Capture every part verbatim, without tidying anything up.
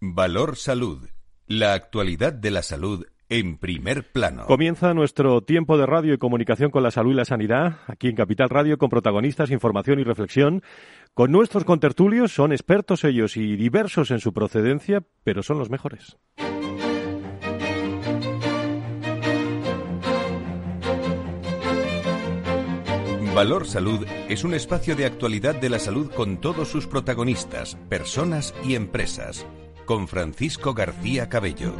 Valor Salud. La actualidad de la salud en primer plano. Comienza nuestro tiempo de radio y comunicación con la salud y la sanidad, aquí en Capital Radio, con protagonistas, información y reflexión. Con nuestros contertulios, son expertos ellos y diversos en su procedencia, pero son los mejores. Valor Salud es un espacio de actualidad de la salud con todos sus protagonistas, personas y empresas. Con Francisco García Cabello.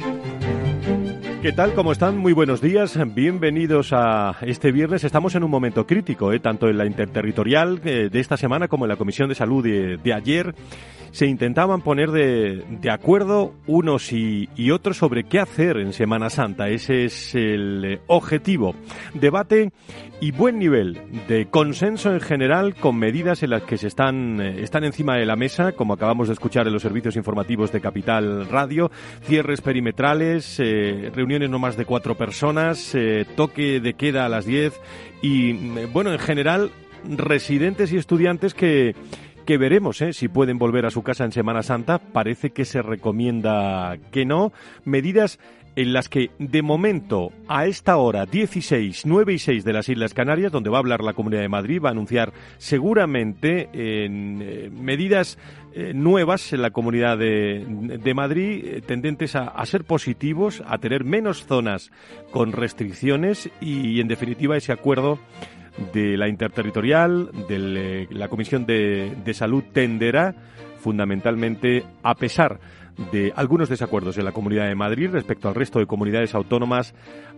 ¿Qué tal? ¿Cómo están? Muy buenos días. Bienvenidos a este viernes. Estamos en un momento crítico, ¿eh? Tanto en la interterritorial eh, de esta semana como en la Comisión de Salud de, de ayer. Se intentaban poner de, de acuerdo unos y, y otros sobre qué hacer en Semana Santa. Ese es el objetivo. Debate y buen nivel de consenso en general con medidas en las que se están, eh, están encima de la mesa, como acabamos de escuchar en los servicios informativos de Capital Radio. Cierres perimetrales, eh, reuniones no más de cuatro personas, eh, toque de queda a las diez y, eh, bueno, en general, residentes y estudiantes que... que veremos ¿eh? si pueden volver a su casa en Semana Santa. Parece que se recomienda que no. Medidas en las que, de momento, a esta hora, dieciséis, nueve y seis de las Islas Canarias, donde va a hablar la Comunidad de Madrid, va a anunciar seguramente en, eh, medidas eh, nuevas en la Comunidad de, de Madrid, eh, tendentes a, a ser positivos, a tener menos zonas con restricciones y, en definitiva, ese acuerdo de la interterritorial, de la Comisión de, de Salud, tenderá fundamentalmente, a pesar de algunos desacuerdos en la Comunidad de Madrid respecto al resto de comunidades autónomas,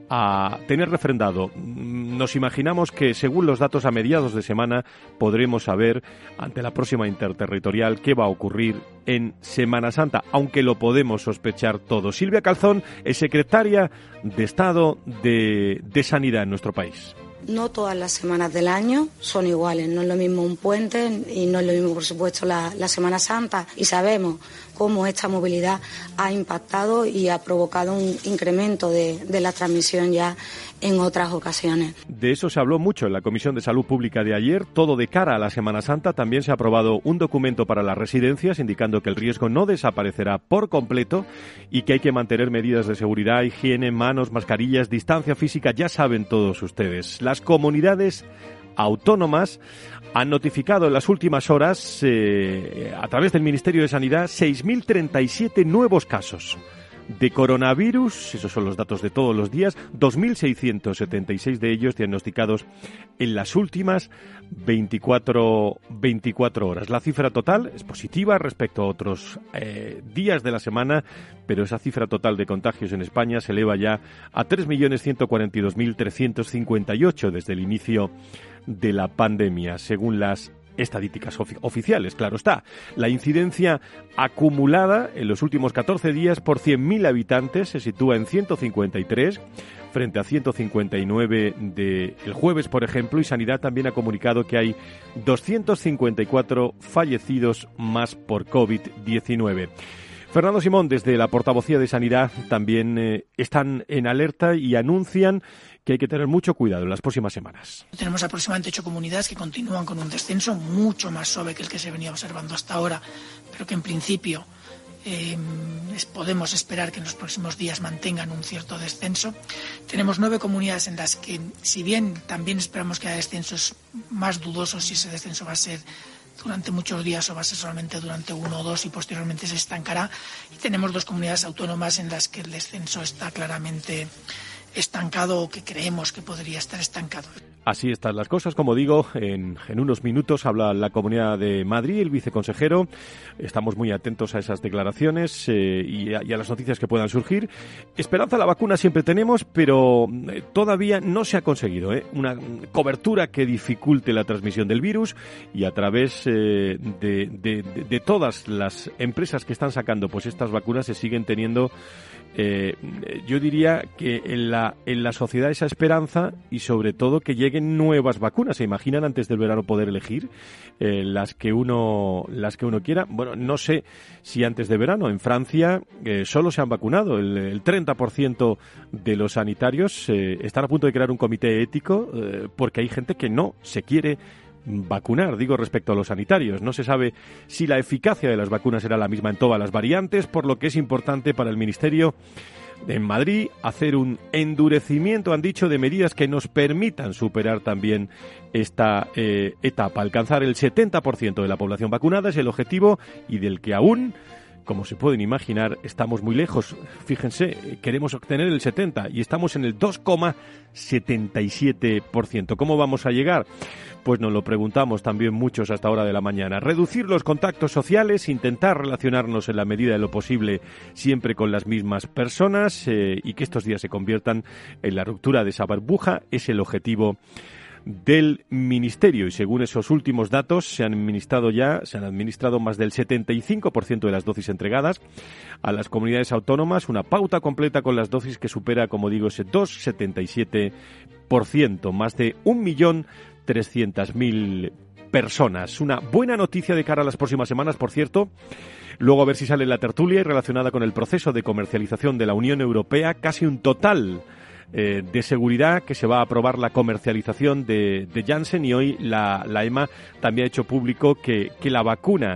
a tener refrendado. Nos imaginamos que, según los datos, a mediados de semana podremos saber, ante la próxima interterritorial, qué va a ocurrir en Semana Santa, aunque lo podemos sospechar todos. Silvia Calzón es secretaria de Estado de, de Sanidad en nuestro país. No todas las semanas del año son iguales, no es lo mismo un puente y no es lo mismo, por supuesto, la, la Semana Santa, y sabemos cómo esta movilidad ha impactado y ha provocado un incremento de, de la transmisión ya en otras ocasiones. De eso se habló mucho en la Comisión de Salud Pública de ayer. Todo de cara a la Semana Santa. También se ha aprobado un documento para las residencias indicando que el riesgo no desaparecerá por completo y que hay que mantener medidas de seguridad, higiene, manos, mascarillas, distancia física. Ya saben todos ustedes. Las comunidades autónomas han notificado en las últimas horas, eh, a través del Ministerio de Sanidad, seis mil treinta y siete nuevos casos de coronavirus. Esos son los datos de todos los días, dos mil seiscientos setenta y seis de ellos diagnosticados en las últimas veinticuatro horas. La cifra total es positiva respecto a otros eh, días de la semana, pero esa cifra total de contagios en España se eleva ya a tres millones ciento cuarenta y dos mil trescientos cincuenta y ocho desde el inicio de la pandemia, según las estadísticas ofi- oficiales, claro está. La incidencia acumulada en los últimos catorce días por cien mil habitantes se sitúa en ciento cincuenta y tres, frente a ciento cincuenta y nueve del jueves, por ejemplo, y Sanidad también ha comunicado que hay doscientos cincuenta y cuatro fallecidos más por covid diecinueve. Fernando Simón, desde la Portavocía de Sanidad, también eh, están en alerta y anuncian que hay que tener mucho cuidado en las próximas semanas. Tenemos aproximadamente ocho comunidades que continúan con un descenso mucho más suave que el que se venía observando hasta ahora, pero que en principio eh, podemos esperar que en los próximos días mantengan un cierto descenso. Tenemos nueve comunidades en las que, si bien también esperamos que haya descensos más dudosos, si ese descenso va a ser durante muchos días o va a ser solamente durante uno o dos y posteriormente se estancará. Y tenemos dos comunidades autónomas en las que el descenso está claramente estancado o que creemos que podría estar estancado. Así están las cosas, como digo, en, en unos minutos habla la Comunidad de Madrid, el viceconsejero. Estamos muy atentos a esas declaraciones eh, y, a, y a las noticias que puedan surgir. Esperanza a la vacuna siempre tenemos, pero eh, todavía no se ha conseguido ¿eh? una cobertura que dificulte la transmisión del virus, y a través eh, de, de, de, de todas las empresas que están sacando pues estas vacunas se siguen teniendo, eh, yo diría que en la, en la sociedad esa esperanza, y sobre todo que llegue nuevas vacunas. ¿Se imaginan antes del verano poder elegir eh, las que uno las que uno quiera? Bueno, no sé si antes de verano. En Francia eh, solo se han vacunado el, el treinta por ciento de los sanitarios. Eh, están a punto de crear un comité ético eh, porque hay gente que no se quiere vacunar, digo respecto a los sanitarios. No se sabe si la eficacia de las vacunas será la misma en todas las variantes, por lo que es importante para el Ministerio en Madrid hacer un endurecimiento, han dicho, de medidas que nos permitan superar también esta eh, etapa. Alcanzar el setenta por ciento de la población vacunada es el objetivo y del que aún, como se pueden imaginar, estamos muy lejos. Fíjense, queremos obtener el setenta y estamos en el dos coma setenta y siete por ciento. ¿Cómo vamos a llegar? Pues nos lo preguntamos también muchos hasta hora de la mañana. Reducir los contactos sociales, intentar relacionarnos en la medida de lo posible siempre con las mismas personas eh, y que estos días se conviertan en la ruptura de esa burbuja es el objetivo del Ministerio, y según esos últimos datos se han administrado ya, se han administrado más del setenta y cinco por ciento de las dosis entregadas a las comunidades autónomas, una pauta completa con las dosis que supera, como digo, ese dos coma setenta y siete por ciento, más de un millón trescientas mil personas. Una buena noticia de cara a las próximas semanas, por cierto. Luego a ver si sale la tertulia y relacionada con el proceso de comercialización de la Unión Europea, casi un total Eh, de seguridad que se va a aprobar la comercialización de, de Janssen, y hoy la, la EMA también ha hecho público que, que la vacuna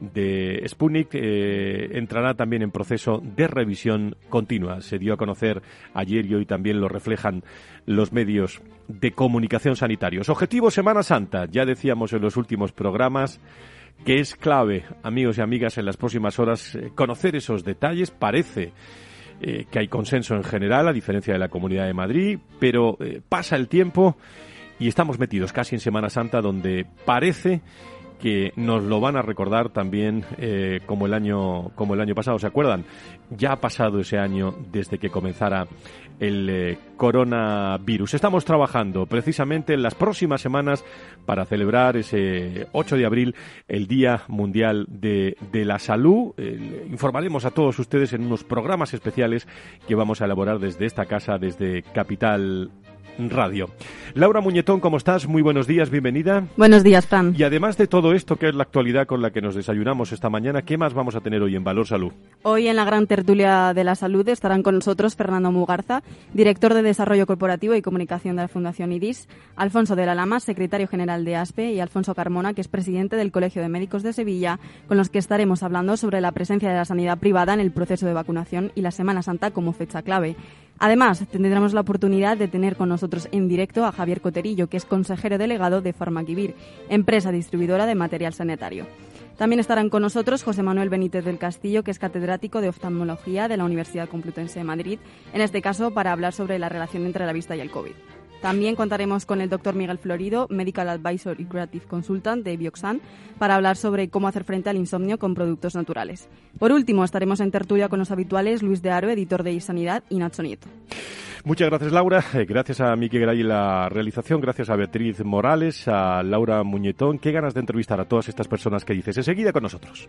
de Sputnik eh, entrará también en proceso de revisión continua. Se dio a conocer ayer y hoy también lo reflejan los medios de comunicación sanitarios. Objetivo Semana Santa, ya decíamos en los últimos programas que es clave, amigos y amigas, en las próximas horas eh, conocer esos detalles. Parece Eh, que hay consenso en general, a diferencia de la Comunidad de Madrid, pero eh, pasa el tiempo y estamos metidos casi en Semana Santa, donde parece que nos lo van a recordar también eh, como el año como el año pasado. ¿Se acuerdan? Ya ha pasado ese año desde que comenzara el eh, coronavirus. Estamos trabajando precisamente en las próximas semanas para celebrar ese ocho de abril, el Día Mundial de, de la Salud. Eh, informaremos a todos ustedes en unos programas especiales que vamos a elaborar desde esta casa, desde Capital Radio. Laura Muñetón, ¿cómo estás? Muy buenos días, bienvenida. Buenos días, Fran. Y además de todo esto, que es la actualidad con la que nos desayunamos esta mañana, ¿qué más vamos a tener hoy en Valor Salud? Hoy en la gran tertulia de la salud estarán con nosotros Fernando Mugarza, director de Desarrollo Corporativo y Comunicación de la Fundación I D I S, Alfonso de la Lama, secretario general de ASPE, y Alfonso Carmona, que es presidente del Colegio de Médicos de Sevilla, con los que estaremos hablando sobre la presencia de la sanidad privada en el proceso de vacunación y la Semana Santa como fecha clave. Además, tendremos la oportunidad de tener con nosotros en directo a Javier Coterillo, que es consejero delegado de Farmaquivir, empresa distribuidora de material sanitario. También estarán con nosotros José Manuel Benítez del Castillo, que es catedrático de oftalmología de la Universidad Complutense de Madrid, en este caso para hablar sobre la relación entre la vista y el COVID. También contaremos con el doctor Miguel Florido, Medical Advisor y Creative Consultant de Bioxan, para hablar sobre cómo hacer frente al insomnio con productos naturales. Por último, estaremos en tertulia con los habituales Luis de Aro, editor de iSanidad, y Nacho Nieto. Muchas gracias, Laura. Gracias a Miki Gray en la realización, gracias a Beatriz Morales, a Laura Muñetón. Qué ganas de entrevistar a todas estas personas que dices. Enseguida con nosotros.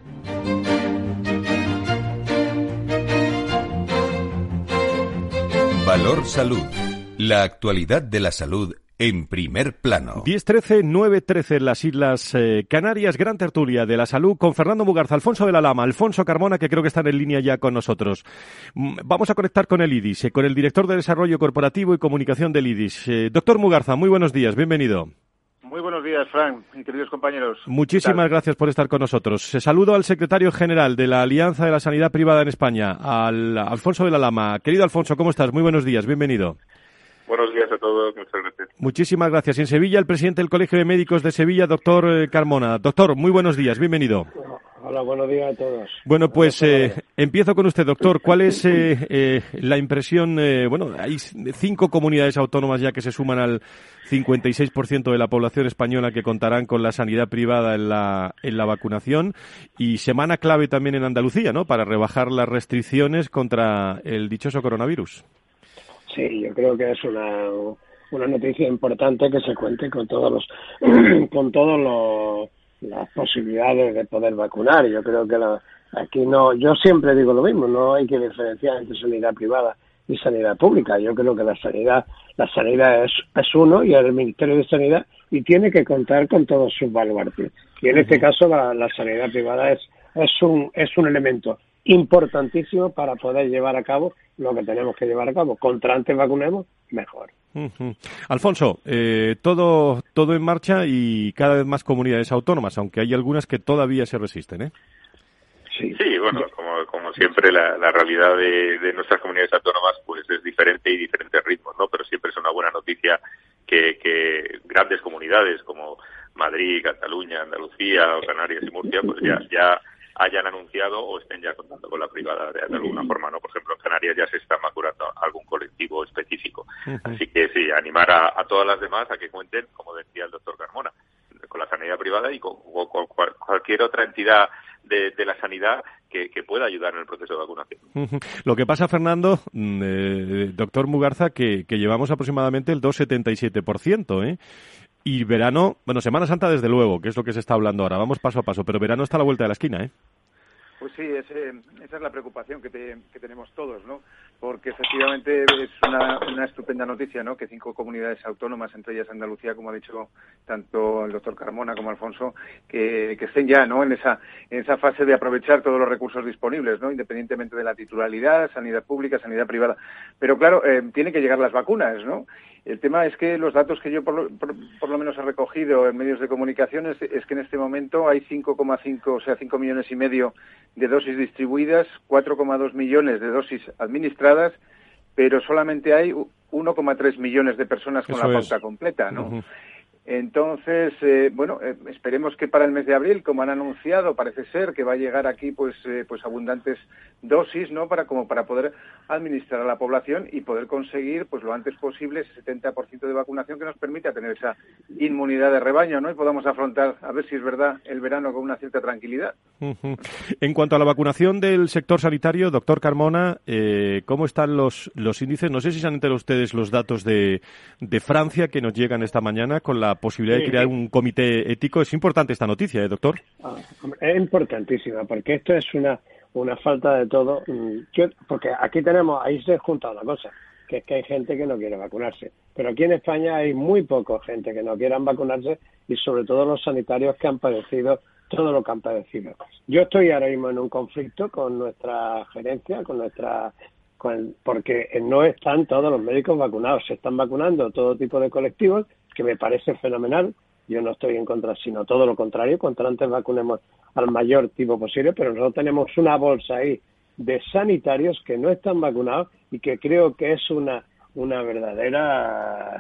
Valor Salud. La actualidad de la salud en primer plano. diez trece, nueve trece en las Islas eh, Canarias, gran tertulia de la salud con Fernando Mugarza, Alfonso de la Lama, Alfonso Carmona, que creo que están en línea ya con nosotros. Vamos a conectar con el I D I S, eh, con el director de Desarrollo Corporativo y Comunicación del I D I S. Eh, doctor Mugarza, muy buenos días, bienvenido. Muy buenos días, Fran, y queridos compañeros. Muchísimas gracias por estar con nosotros. Se saludo al secretario general de la Alianza de la Sanidad Privada en España, al Alfonso de la Lama. Querido Alfonso, ¿cómo estás? Muy buenos días, bienvenido. Buenos días a todos, muchas gracias. Muchísimas gracias. Y en Sevilla, el presidente del Colegio de Médicos de Sevilla, doctor Carmona. Doctor, muy buenos días, bienvenido. Hola, buenos días a todos. Bueno, pues eh, empiezo con usted, doctor. ¿Cuál es eh, eh, la impresión? Eh, bueno, hay cinco comunidades autónomas ya que se suman al cincuenta y seis por ciento de la población española que contarán con la sanidad privada en la, en la vacunación, y semana clave también en Andalucía, ¿no?, para rebajar las restricciones contra el dichoso coronavirus. Sí, yo creo que es una una noticia importante que se cuente con todos los con todos los las posibilidades de poder vacunar. Yo creo que la, aquí no, yo siempre digo lo mismo, no hay que diferenciar entre sanidad privada y sanidad pública. Yo creo que la sanidad la sanidad es es uno y el Ministerio de Sanidad, y tiene que contar con todos sus baluartes. Y en este caso la, la sanidad privada es es un, es un elemento importantísimo para poder llevar a cabo lo que tenemos que llevar a cabo. Contra antes vacunemos, mejor. Uh-huh. Alfonso, eh, todo, todo en marcha y cada vez más comunidades autónomas, aunque hay algunas que todavía se resisten, ¿eh? Sí, sí, bueno, como, como siempre la, la realidad de, de nuestras comunidades autónomas pues es diferente y diferentes ritmos, ¿no? Pero siempre es una buena noticia que, que grandes comunidades como Madrid, Cataluña, Andalucía, Canarias y Murcia pues ya, ya hayan anunciado o estén ya contando con la privada de, de alguna forma, ¿no? Por ejemplo, en Canarias ya se está vacunando algún colectivo específico. Uh-huh. Así que sí, animar a, a todas las demás a que cuenten, como decía el doctor Carmona, con la sanidad privada y con, con, con cual, cualquier otra entidad de, de la sanidad que, que pueda ayudar en el proceso de vacunación. Uh-huh. Lo que pasa, Fernando, eh, doctor Mugarza, que, que llevamos aproximadamente el dos coma setenta y siete por ciento, ¿eh? Y verano, bueno, Semana Santa desde luego, que es lo que se está hablando ahora, vamos paso a paso, pero verano está a la vuelta de la esquina, ¿eh? Pues sí, ese, esa es la preocupación que, te, que tenemos todos, ¿no? Porque efectivamente es una, una estupenda noticia, ¿no? Que cinco comunidades autónomas, entre ellas Andalucía, como ha dicho tanto el doctor Carmona como Alfonso, que, que estén ya, ¿no? En esa, en esa fase de aprovechar todos los recursos disponibles, ¿no? Independientemente de la titularidad, sanidad pública, sanidad privada. Pero claro, eh, tienen que llegar las vacunas, ¿no? El tema es que los datos que yo por lo, por, por lo menos he recogido en medios de comunicación es, es que en este momento hay cinco coma cinco, o sea, cinco millones y medio de dosis distribuidas, cuatro coma dos millones de dosis administradas, pero solamente hay uno coma tres millones de personas con Eso la pauta es. completa, ¿no? Uh-huh. Entonces, eh, bueno, eh, esperemos que para el mes de abril, como han anunciado, parece ser que va a llegar aquí pues eh, pues abundantes dosis, ¿no? Para como para poder administrar a la población y poder conseguir pues lo antes posible ese setenta por ciento de vacunación que nos permita tener esa inmunidad de rebaño, ¿no? Y podamos afrontar, a ver si es verdad, el verano con una cierta tranquilidad. Uh-huh. En cuanto a la vacunación del sector sanitario, doctor Carmona, eh, ¿cómo están los los índices? No sé si se han enterado ustedes los datos de, de Francia que nos llegan esta mañana con la posibilidad de crear un comité ético. Es importante esta noticia, ¿eh, doctor? Ah, es importantísima, porque esto es una una falta de todo. Yo, porque aquí tenemos, ahí se junta una cosa, que es que hay gente que no quiere vacunarse. Pero aquí en España hay muy poca gente que no quieran vacunarse y sobre todo los sanitarios que han padecido todo lo que han padecido. Yo estoy ahora mismo en un conflicto con nuestra gerencia, con nuestra... Con, porque no están todos los médicos vacunados, se están vacunando todo tipo de colectivos, que me parece fenomenal. Yo no estoy en contra, sino todo lo contrario, cuanto antes vacunemos al mayor tipo posible, pero nosotros tenemos una bolsa ahí de sanitarios que no están vacunados y que creo que es una una verdadera...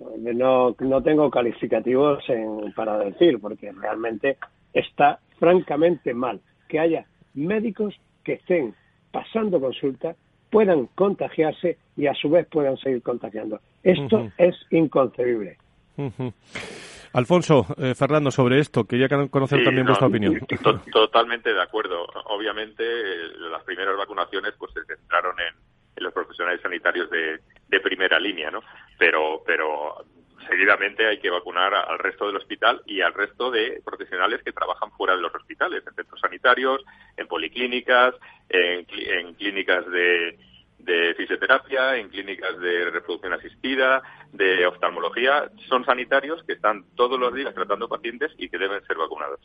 No, no tengo calificativos en, para decir, porque realmente está francamente mal que haya médicos que estén pasando consulta, puedan contagiarse y a su vez puedan seguir contagiando. Esto uh-huh. es inconcebible. Uh-huh. Alfonso, eh, Fernando, sobre esto, quería conocer sí, también no, vuestra opinión. To- totalmente de acuerdo. Obviamente, las primeras vacunaciones pues se centraron en, en los profesionales sanitarios de, de primera línea, ¿no? Pero, pero seguidamente hay que vacunar al resto del hospital y al resto de profesionales que trabajan fuera de los hospitales, en centros sanitarios, en policlínicas, en, en clínicas de... de fisioterapia, en clínicas de reproducción asistida, de oftalmología. Son sanitarios que están todos los días tratando pacientes y que deben ser vacunados.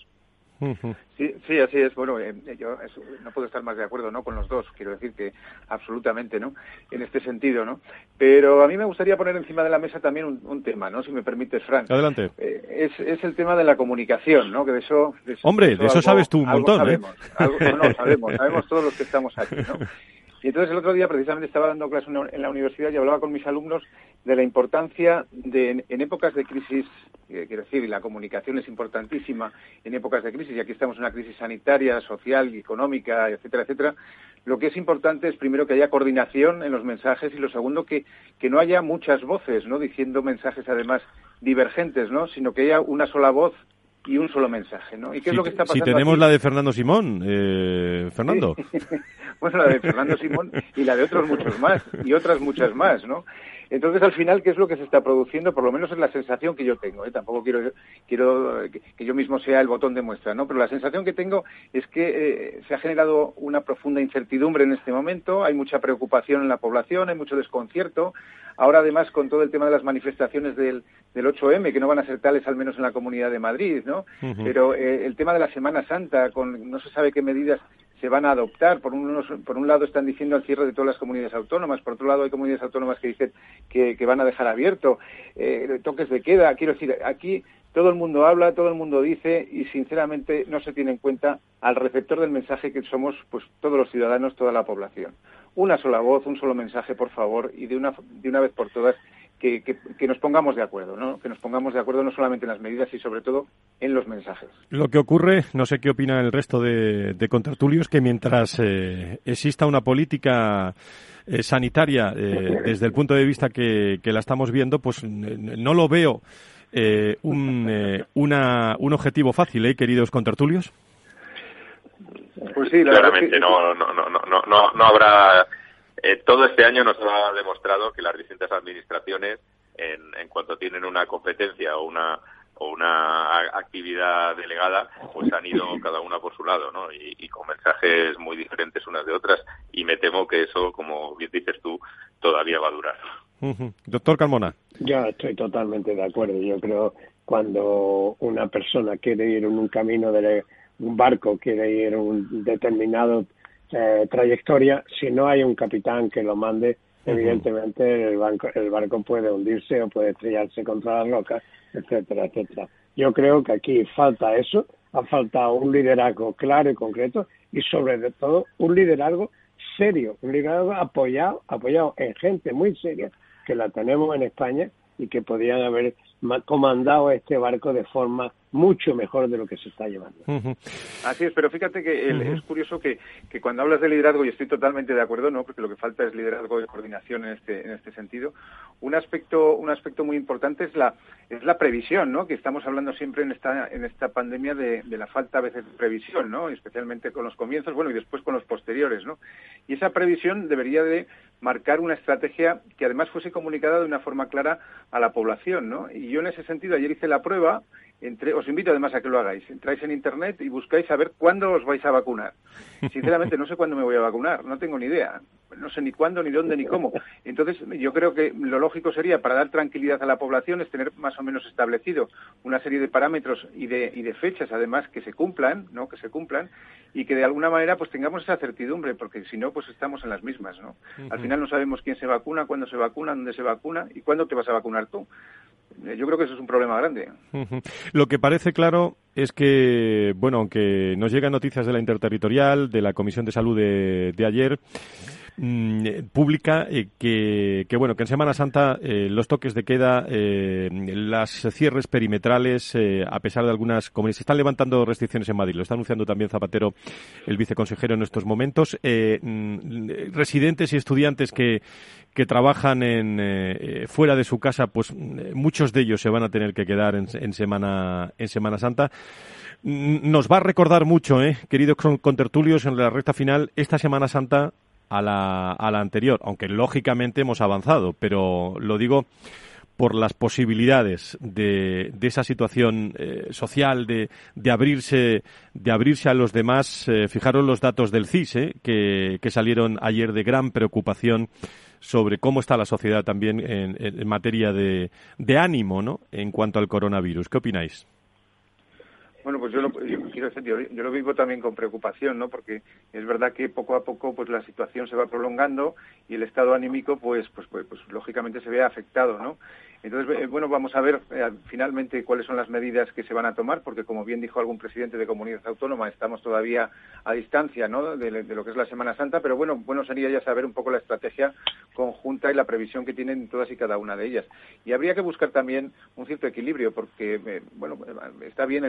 Sí, sí, así es. Bueno, eh, yo eso, no puedo estar más de acuerdo, ¿no? Con los dos. Quiero decir que absolutamente, ¿no? En este sentido, ¿no? Pero a mí me gustaría poner encima de la mesa también un, un tema, ¿no? Si me permites, Fran. Adelante. Eh, es, es el tema de la comunicación, ¿no? Que de eso... De eso Hombre, de eso, de eso algo, sabes tú un montón, sabemos, ¿eh? Algo, no, no, sabemos, sabemos todos los que estamos aquí, ¿no? Y entonces el otro día precisamente estaba dando clase en la universidad y hablaba con mis alumnos de la importancia de, en épocas de crisis, eh, quiero decir, la comunicación es importantísima en épocas de crisis, y aquí estamos en una crisis sanitaria, social, económica, etcétera, etcétera. Lo que es importante es primero que haya coordinación en los mensajes y lo segundo que, que no haya muchas voces, ¿no? Diciendo mensajes además divergentes, ¿no? Sino que haya una sola voz y un solo mensaje, ¿no? ¿Y qué si, es lo que está pasando Si tenemos aquí? La de Fernando Simón, eh, Fernando. Bueno, la de Fernando Simón y la de otros muchos más, y otras muchas más, ¿no? Entonces, al final, ¿qué es lo que se está produciendo? Por lo menos es la sensación que yo tengo, ¿eh? Tampoco quiero, quiero que, que yo mismo sea el botón de muestra, ¿no? Pero la sensación que tengo es que eh, se ha generado una profunda incertidumbre en este momento, hay mucha preocupación en la población, hay mucho desconcierto. Ahora, además, con todo el tema de las manifestaciones del, del ocho eme, que no van a ser tales, al menos en la Comunidad de Madrid, ¿no? Uh-huh. Pero eh, el tema de la Semana Santa, con no se sabe qué medidas se van a adoptar. Por un, por un lado están diciendo el cierre de todas las comunidades autónomas, por otro lado hay comunidades autónomas que dicen que, que van a dejar abierto eh, toques de queda. Quiero decir, aquí todo el mundo habla, todo el mundo dice y sinceramente no se tiene en cuenta al receptor del mensaje que somos pues todos los ciudadanos, toda la población. Una sola voz, un solo mensaje, por favor, y de una, de una vez por todas que, que, que nos pongamos de acuerdo, ¿no? Que nos pongamos de acuerdo no solamente en las medidas, y sobre todo en los mensajes. Lo que ocurre, no sé qué opina el resto de, de contertulios, que mientras eh, exista una política eh, sanitaria eh, desde el punto de vista que, que la estamos viendo, pues no lo veo eh, un, eh, una, un objetivo fácil, ¿eh, queridos contertulios? Pues sí, claramente que... no, no, no, no, no, no habrá. Eh, todo este año nos ha demostrado que las distintas administraciones, en, en cuanto tienen una competencia o una o una actividad delegada, pues han ido cada una por su lado, ¿no? Y, y con mensajes muy diferentes unas de otras. Y me temo que eso, como bien dices tú, todavía va a durar. Uh-huh. Doctor Carmona. Yo estoy totalmente de acuerdo. Yo creo cuando una persona quiere ir en un camino de un barco, quiere ir en un determinado eh, trayectoria, si no hay un capitán que lo mande, uh-huh. evidentemente el, banco, el barco puede hundirse o puede estrellarse contra las rocas, etcétera, etcétera. Yo creo que aquí falta eso, ha faltado un liderazgo claro y concreto y sobre todo un liderazgo serio, un liderazgo apoyado, apoyado en gente muy seria que la tenemos en España y que podían haber comandado este barco de forma mucho mejor de lo que se está llevando. Uh-huh. Así es, pero fíjate que el, uh-huh. es curioso que, que cuando hablas de liderazgo, y estoy totalmente de acuerdo, no, porque lo que falta es liderazgo y coordinación en este en este sentido. Un aspecto un aspecto muy importante es la es la previsión, ¿no? Que estamos hablando siempre en esta en esta pandemia de, de la falta a veces de previsión, ¿no? Especialmente con los comienzos, bueno, y después con los posteriores, ¿no? Y esa previsión debería de marcar una estrategia que además fuese comunicada de una forma clara a la población, ¿no? Y yo en ese sentido ayer hice la prueba. Entre, os invito además a que lo hagáis. Entráis en Internet y buscáis a ver cuándo os vais a vacunar. Sinceramente no sé cuándo me voy a vacunar, no tengo ni idea. No sé ni cuándo, ni dónde, ni cómo. Entonces yo creo que lo lógico sería, para dar tranquilidad a la población, es tener más o menos establecido una serie de parámetros y de, y de fechas además que se cumplan, ¿no? Que se cumplan y que de alguna manera pues tengamos esa certidumbre, porque si no pues estamos en las mismas, ¿no? Uh-huh. Al final no sabemos quién se vacuna, cuándo se vacuna, dónde se vacuna y cuándo te vas a vacunar tú. Yo creo que eso es un problema grande. Uh-huh. Lo que parece claro es que, bueno, aunque nos llegan noticias de la Interterritorial, de la Comisión de Salud de, de ayer, mmm, pública eh, que, que, bueno, que en Semana Santa eh, los toques de queda, eh, las cierres perimetrales, eh, a pesar de algunas comunidades, se están levantando restricciones en Madrid. Lo está anunciando también Zapatero, el viceconsejero, en estos momentos. Eh, mmm, residentes y estudiantes que que trabajan en eh, fuera de su casa, pues muchos de ellos se van a tener que quedar en, en semana en Semana Santa. Nos va a recordar mucho, eh, queridos contertulios, en la recta final, esta Semana Santa a la, a la anterior, aunque lógicamente hemos avanzado, pero lo digo por las posibilidades de, de esa situación eh, social, de, de abrirse de abrirse a los demás. Eh, fijaros los datos del C I S, eh, que, que salieron ayer, de gran preocupación sobre cómo está la sociedad también en, en, en materia de, de ánimo, ¿no?, en cuanto al coronavirus. ¿Qué opináis? Bueno, pues yo lo, yo, quiero decir, yo, yo lo vivo también con preocupación, ¿no? Porque es verdad que poco a poco pues la situación se va prolongando y el estado anímico pues pues pues, pues lógicamente se ve afectado, ¿no? Entonces, eh, bueno, vamos a ver eh, finalmente cuáles son las medidas que se van a tomar, porque como bien dijo algún presidente de comunidad autónoma, estamos todavía a distancia, ¿no?, de, de lo que es la Semana Santa, pero bueno, bueno sería ya saber un poco la estrategia conjunta y la previsión que tienen todas y cada una de ellas. Y habría que buscar también un cierto equilibrio, porque, eh, bueno, está bien el hecho de la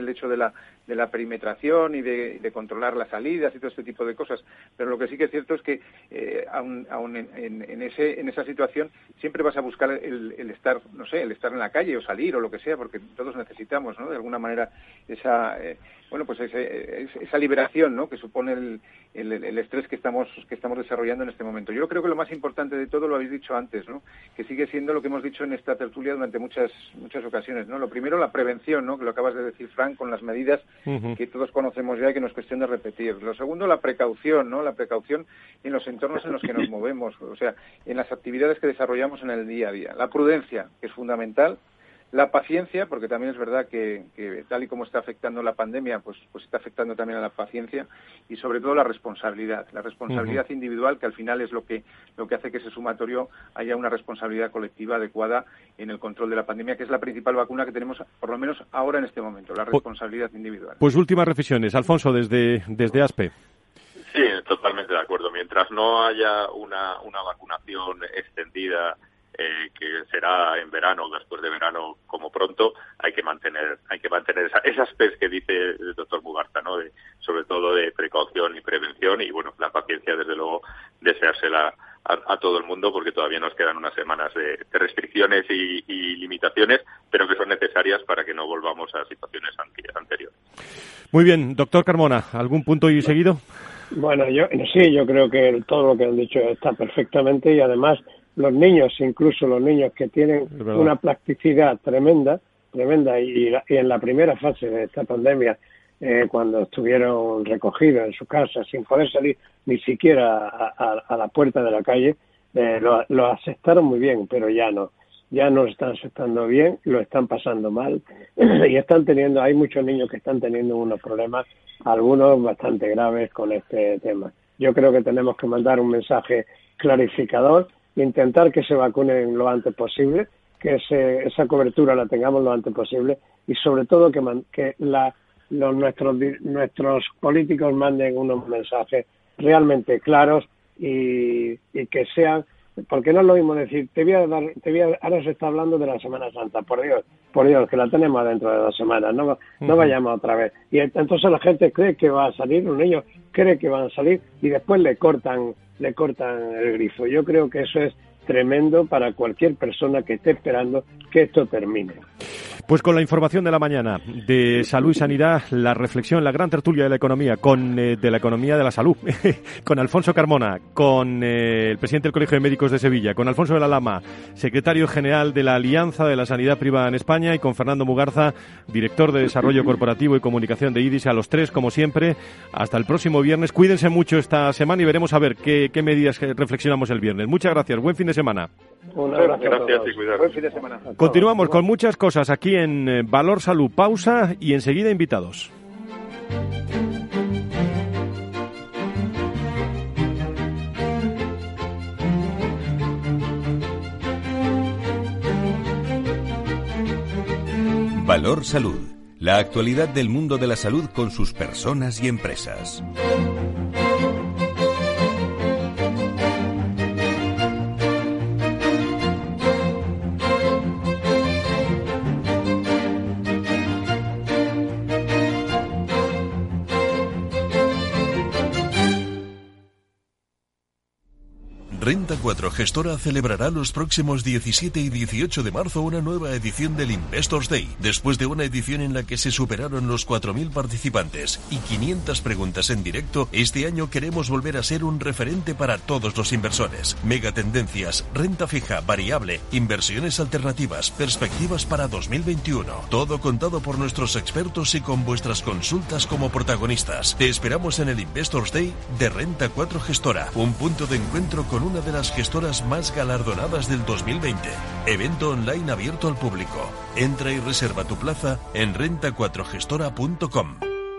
la de la perimetración y de, de controlar las salidas y todo este tipo de cosas, pero lo que sí que es cierto es que eh, aún, aún en, en, en, ese, en esa situación siempre vas a buscar el, el estar, no sé, el estar en la calle o salir o lo que sea, porque todos necesitamos, ¿no?, de alguna manera esa, eh, bueno, pues ese, esa liberación, ¿no?, que supone el, el, el estrés que estamos que estamos desarrollando en este momento. Yo creo que lo más importante de todo lo habéis dicho antes, ¿no?, que sigue siendo lo que hemos dicho en esta tertulia durante muchas muchas ocasiones, ¿no? Lo primero, la prevención, ¿no?, que lo acabas de decir, Fran, con las medidas uh-huh. que todos conocemos ya y que no es cuestión de repetir. Lo segundo, la precaución, ¿no?, la precaución en los entornos en los que nos movemos, o sea, en las actividades que desarrollamos en el día a día. La prudencia, que es fundamental. La paciencia, porque también es verdad que, que tal y como está afectando la pandemia, pues, pues está afectando también a la paciencia, y sobre todo la responsabilidad, la responsabilidad uh-huh. individual, que al final es lo que lo que hace que ese sumatorio haya una responsabilidad colectiva adecuada en el control de la pandemia, que es la principal vacuna que tenemos, por lo menos ahora en este momento, la responsabilidad pues, individual. Pues últimas reflexiones, Alfonso, desde desde ASPE. Sí, totalmente de acuerdo. Mientras no haya una, una vacunación extendida, Eh, que será en verano o después de verano como pronto, hay que mantener hay que mantener esa, esas P's que dice el doctor Mugarza, ¿no?, de, sobre todo de precaución y prevención, y bueno, la paciencia, desde luego, deseársela a, a todo el mundo, porque todavía nos quedan unas semanas de, de restricciones y, y limitaciones, pero que son necesarias para que no volvamos a situaciones anteriores. Muy bien, doctor Carmona, ¿algún punto y seguido? Bueno, yo sí, yo creo que todo lo que han dicho está perfectamente, y además los niños, incluso los niños que tienen una plasticidad tremenda, tremenda, y, y en la primera fase de esta pandemia, eh, cuando estuvieron recogidos en su casa sin poder salir ni siquiera a, a, a la puerta de la calle, eh, lo, lo aceptaron muy bien, pero ya no, ya no lo están aceptando bien, lo están pasando mal, y están teniendo, hay muchos niños que están teniendo unos problemas, algunos bastante graves con este tema. Yo creo que tenemos que mandar un mensaje clarificador, intentar que se vacunen lo antes posible, que ese, esa cobertura la tengamos lo antes posible, y sobre todo que, man, que la, los, nuestros, nuestros políticos manden unos mensajes realmente claros y, y que sean, porque no es lo mismo decir, te voy a dar, te voy a, ahora se está hablando de la Semana Santa, por Dios, por Dios, que la tenemos dentro de dos semanas, no, no vayamos otra vez. Y entonces la gente cree que va a salir, los niños creen que van a salir, y después le cortan le cortan el grifo. Yo creo que eso es tremendo para cualquier persona que esté esperando que esto termine. Pues con la información de la mañana de salud y sanidad, la reflexión, la gran tertulia de la economía, con eh, de la economía de la salud, con Alfonso Carmona, con eh, el presidente del Colegio de Médicos de Sevilla, con Alfonso de la Lama, secretario general de la Alianza de la Sanidad Privada en España, y con Fernando Mugarza, director de Desarrollo Corporativo y Comunicación de IDIS. A los tres, como siempre, hasta el próximo viernes. Cuídense mucho esta semana y veremos a ver qué, qué medidas reflexionamos el viernes. Muchas gracias, buen fin de semana. Un abrazo. Gracias y cuidado. Buen fin de semana. Continuamos con muchas cosas aquí en Valor Salud. Pausa y enseguida invitados. Valor Salud. La actualidad del mundo de la salud con sus personas y empresas. Renta cuatro Gestora celebrará los próximos diecisiete y dieciocho de marzo una nueva edición del Investors Day, después de una edición en la que se superaron los cuatro mil participantes y quinientas preguntas en directo. Este año queremos volver a ser un referente para todos los inversores. Megatendencias, renta fija, variable, inversiones alternativas, perspectivas para dos mil veintiuno. Todo contado por nuestros expertos y con vuestras consultas como protagonistas. Te esperamos en el Investors Day de Renta cuatro Gestora, un punto de encuentro con una de las gestoras más galardonadas del dos mil veinte. Evento online abierto al público. Entra y reserva tu plaza en renta cuatro gestora punto com.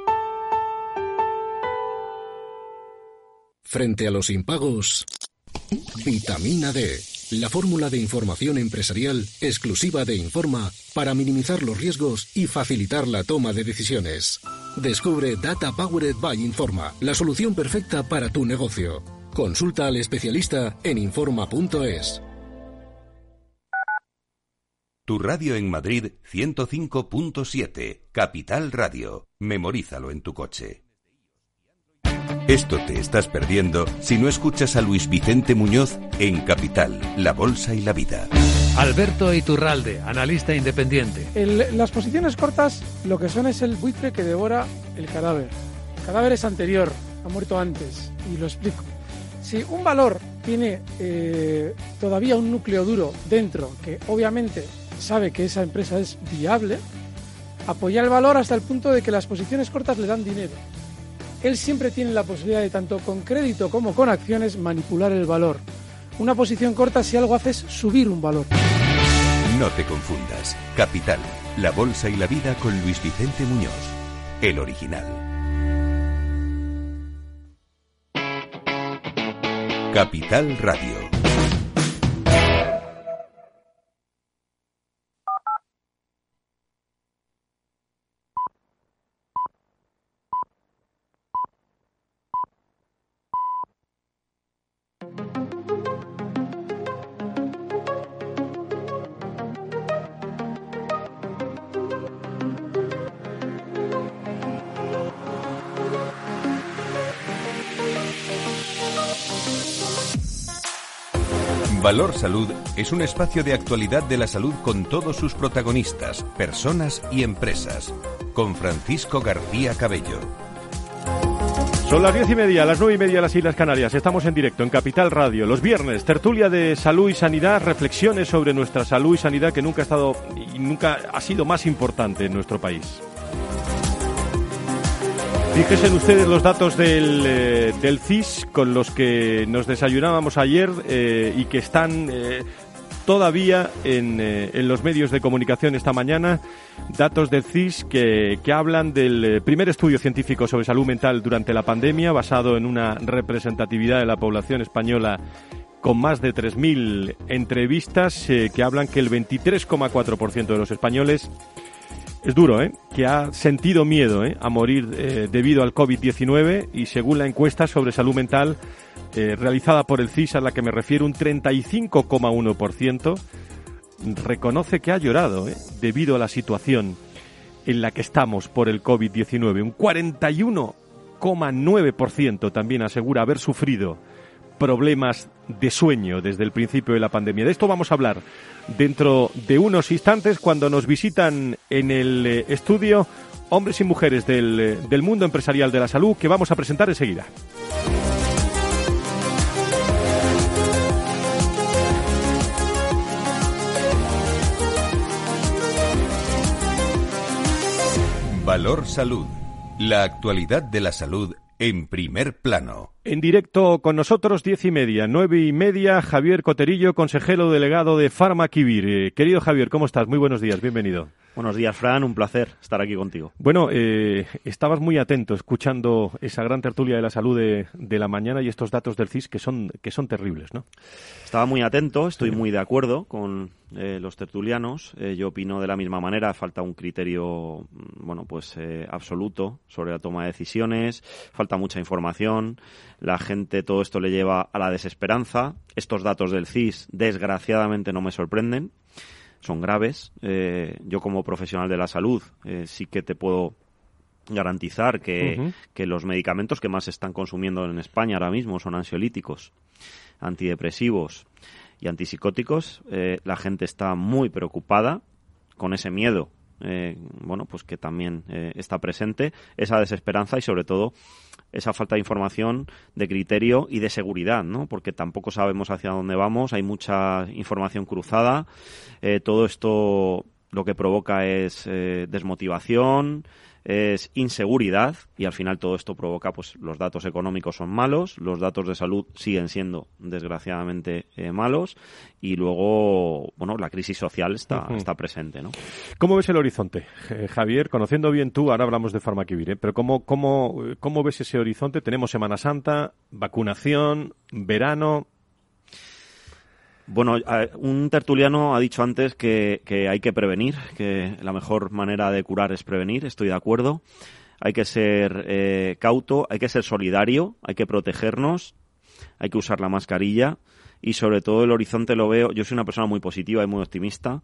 Frente a los impagos, vitamina D, la fórmula de información empresarial exclusiva de Informa para minimizar los riesgos y facilitar la toma de decisiones. Descubre Data Powered by Informa, la solución perfecta para tu negocio. Consulta al especialista en informa punto es. Tu radio en Madrid ciento cinco punto siete. Capital Radio. Memorízalo en tu coche. Esto te estás perdiendo si no escuchas a Luis Vicente Muñoz en Capital, La Bolsa y la Vida. Alberto Iturralde, analista independiente. El, las posiciones cortas lo que son es el buitre que devora el cadáver. El cadáver es anterior, ha muerto antes, y lo explico. Si un valor tiene eh, todavía un núcleo duro dentro, que obviamente sabe que esa empresa es viable, apoya el valor hasta el punto de que las posiciones cortas le dan dinero. Él siempre tiene la posibilidad de, tanto con crédito como con acciones, manipular el valor. Una posición corta, si algo hace, es subir un valor. No te confundas. Capital, La Bolsa y la Vida con Luis Vicente Muñoz, el original. Capital Radio. Valor Salud es un espacio de actualidad de la salud con todos sus protagonistas, personas y empresas. Con Francisco García Cabello. Son las diez y media, las nueve y media de las Islas Canarias. Estamos en directo en Capital Radio. Los viernes, tertulia de salud y sanidad, reflexiones sobre nuestra salud y sanidad que nunca ha estado y nunca ha sido más importante en nuestro país. Fíjense ustedes los datos del, eh, del C I S con los que nos desayunábamos ayer eh, y que están eh, todavía en, eh, en los medios de comunicación esta mañana. Datos del C I S que, que hablan del primer estudio científico sobre salud mental durante la pandemia, basado en una representatividad de la población española con más de tres mil entrevistas, eh, que hablan que el veintitrés coma cuatro por ciento de los españoles, es duro, ¿eh?, que ha sentido miedo ¿eh? a morir eh, debido al COVID diecinueve, y según la encuesta sobre salud mental eh, realizada por el C I S, a la que me refiero, un treinta y cinco coma uno por ciento reconoce que ha llorado ¿eh? debido a la situación en la que estamos por el COVID diecinueve. Un cuarenta y uno coma nueve por ciento también asegura haber sufrido problemas de sueño desde el principio de la pandemia. De esto vamos a hablar dentro de unos instantes, cuando nos visitan en el eh, estudio hombres y mujeres del, eh, del mundo empresarial de la salud, que vamos a presentar enseguida. Valor Salud. La actualidad de la salud en primer plano. En directo con nosotros, diez y media, nueve y media, Javier Coterillo, consejero delegado de Farmaquivir. Eh, querido Javier, ¿cómo estás? Muy buenos días, bienvenido. Buenos días, Fran, un placer estar aquí contigo. Bueno, eh, estabas muy atento escuchando esa gran tertulia de la salud de, de la mañana y estos datos del C I S que son, que son terribles, ¿no? Estaba muy atento, estoy muy de acuerdo con eh, los tertulianos. Eh, yo opino de la misma manera, falta un criterio, bueno, pues eh, absoluto sobre la toma de decisiones, falta mucha información, la gente, todo esto le lleva a la desesperanza. Estos datos del C I S, desgraciadamente, no me sorprenden. Son graves. Eh, yo, como profesional de la salud, eh, sí que te puedo garantizar que, uh-huh. que los medicamentos que más se están consumiendo en España ahora mismo son ansiolíticos, antidepresivos y antipsicóticos. Eh, la gente está muy preocupada con ese miedo, eh, bueno, pues que también eh, está presente, esa desesperanza y, sobre todo, esa falta de información, de criterio y de seguridad, ¿no? Porque tampoco sabemos hacia dónde vamos, hay mucha información cruzada, eh, todo esto lo que provoca es eh, desmotivación, es inseguridad, y al final todo esto provoca, pues, los datos económicos son malos, los datos de salud siguen siendo desgraciadamente eh, malos, y luego, bueno, la crisis social está, uh-huh. está presente, ¿no? ¿Cómo ves el horizonte, eh, Javier? Conociendo bien tú, ahora hablamos de Farmaquivir, ¿eh? Pero ¿cómo, cómo, ¿cómo ves ese horizonte? Tenemos Semana Santa, vacunación, verano. Bueno, un tertuliano ha dicho antes que, que hay que prevenir, que la mejor manera de curar es prevenir, estoy de acuerdo. Hay que ser eh, cauto, hay que ser solidario, hay que protegernos, hay que usar la mascarilla y, sobre todo, el horizonte lo veo. Yo soy una persona muy positiva y muy optimista,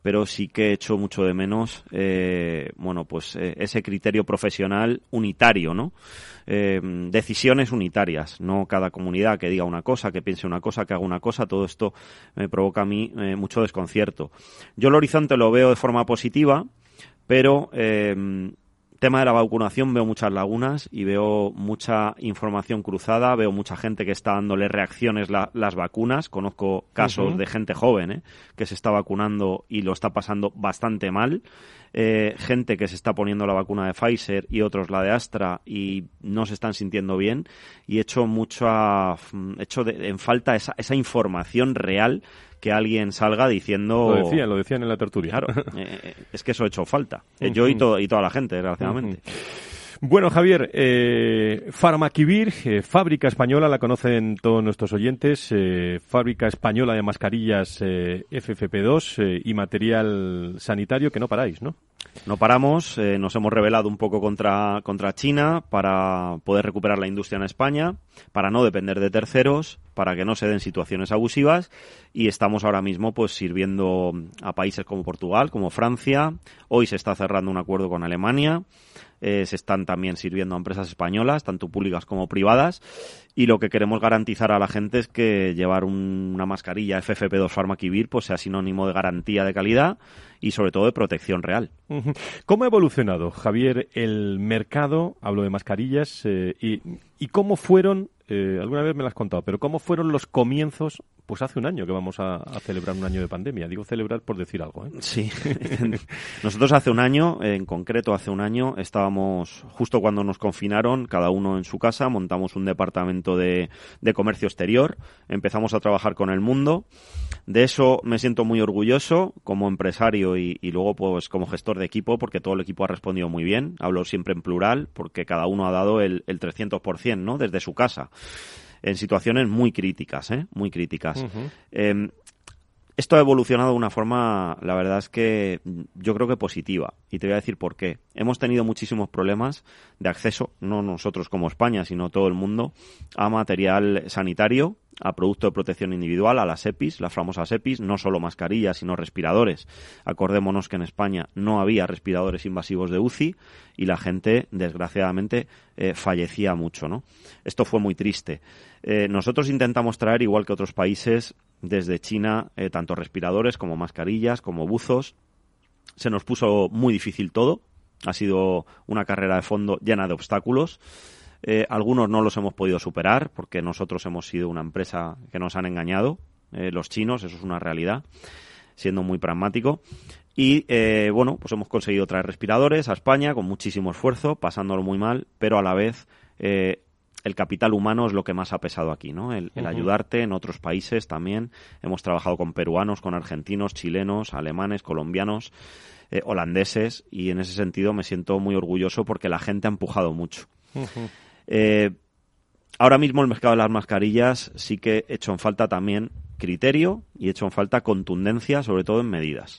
pero sí que echo mucho de menos, eh, bueno, pues eh, ese criterio profesional unitario, ¿no? Eh, decisiones unitarias, no cada comunidad que diga una cosa, que piense una cosa, que haga una cosa. Todo esto me provoca a mí eh, mucho desconcierto. Yo el horizonte lo veo de forma positiva, pero eh, tema de la vacunación veo muchas lagunas y veo mucha información cruzada, veo mucha gente que está dándole reacciones la, las vacunas. Conozco casos uh-huh. de gente joven ¿eh? que se está vacunando y lo está pasando bastante mal. Eh, gente que se está poniendo la vacuna de Pfizer y otros la de Astra y no se están sintiendo bien, y echo mucha echo de, en falta esa, esa información real, que alguien salga diciendo... Lo decían, lo decían en la tertulia. Claro, eh, es que eso he hecho falta. Eh, yo y, to- y toda la gente, desgraciadamente. Uh-huh. Bueno, Javier, eh, Farmakivir, eh, fábrica española, la conocen todos nuestros oyentes, eh, fábrica española de mascarillas eh, F F P dos eh, y material sanitario, que no paráis, ¿no? No paramos, eh, nos hemos rebelado un poco contra, contra China para poder recuperar la industria en España, para no depender de terceros, para que no se den situaciones abusivas, y estamos ahora mismo pues sirviendo a países como Portugal, como Francia. Hoy se está cerrando un acuerdo con Alemania. Eh, se están también sirviendo a empresas españolas, tanto públicas como privadas, y lo que queremos garantizar a la gente es que llevar un, una mascarilla F F P dos Farmakivir pues sea sinónimo de garantía de calidad y sobre todo de protección real. ¿Cómo ha evolucionado, Javier, el mercado, hablo de mascarillas, eh, y, y cómo fueron, eh, alguna vez me lo has contado, pero cómo fueron los comienzos, pues hace un año que vamos a, a celebrar un año de pandemia? Digo celebrar por decir algo, ¿eh? Sí. Nosotros hace un año, en concreto hace un año, estábamos, justo cuando nos confinaron, cada uno en su casa, montamos un departamento de, de comercio exterior, empezamos a trabajar con el mundo. De eso me siento muy orgulloso como empresario y, y luego pues como gestor de equipo, porque todo el equipo ha respondido muy bien. Hablo siempre en plural porque cada uno ha dado el, el trescientos por ciento, ¿no? Desde su casa, en situaciones muy críticas, ¿eh? Muy críticas. Uh-huh. Eh, esto ha evolucionado de una forma, la verdad es que yo creo que positiva. Y te voy a decir por qué. Hemos tenido muchísimos problemas de acceso, no nosotros como España, sino todo el mundo, a material sanitario, a producto de protección individual, a las EPIs, las famosas EPIs, no solo mascarillas, sino respiradores. Acordémonos que en España no había respiradores invasivos de U C I y la gente, desgraciadamente, eh, fallecía mucho, ¿no? Esto fue muy triste. Eh, nosotros intentamos traer, igual que otros países, desde China, eh, tanto respiradores como mascarillas, como buzos. Se nos puso muy difícil todo. Ha sido una carrera de fondo llena de obstáculos. Eh, algunos no los hemos podido superar porque nosotros hemos sido una empresa que nos han engañado, eh, los chinos, eso es una realidad, siendo muy pragmático. Y, eh, bueno, pues hemos conseguido traer respiradores a España con muchísimo esfuerzo, pasándolo muy mal, pero a la vez eh, el capital humano es lo que más ha pesado aquí, ¿no? El, el uh-huh. ayudarte en otros países también. Hemos trabajado con peruanos, con argentinos, chilenos, alemanes, colombianos, eh, holandeses, y en ese sentido me siento muy orgulloso porque la gente ha empujado mucho. Uh-huh. Eh, ahora mismo el mercado de las mascarillas sí que he hecho en falta también criterio y he hecho en falta contundencia, sobre todo en medidas.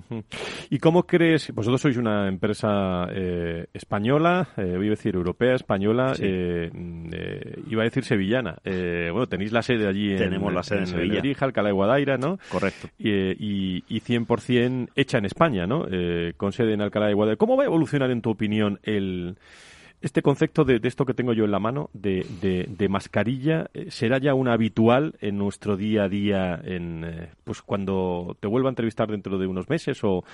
¿Y cómo crees? Vosotros sois una empresa eh, española, eh, voy a decir europea, española, sí. eh, eh, iba a decir sevillana. Eh, bueno, tenéis la sede allí. Tenemos en, la sede en, en Sevilla. Lebrija, Alcalá de Guadaira, ¿no? Correcto. Y, y, y cien por ciento hecha en España, ¿no? Eh, con sede en Alcalá de Guadaira. ¿Cómo va a evolucionar, en tu opinión, el... este concepto de, de esto que tengo yo en la mano, de, de, de mascarilla, será ya un habitual en nuestro día a día, en eh, pues cuando te vuelva a entrevistar dentro de unos meses o, o,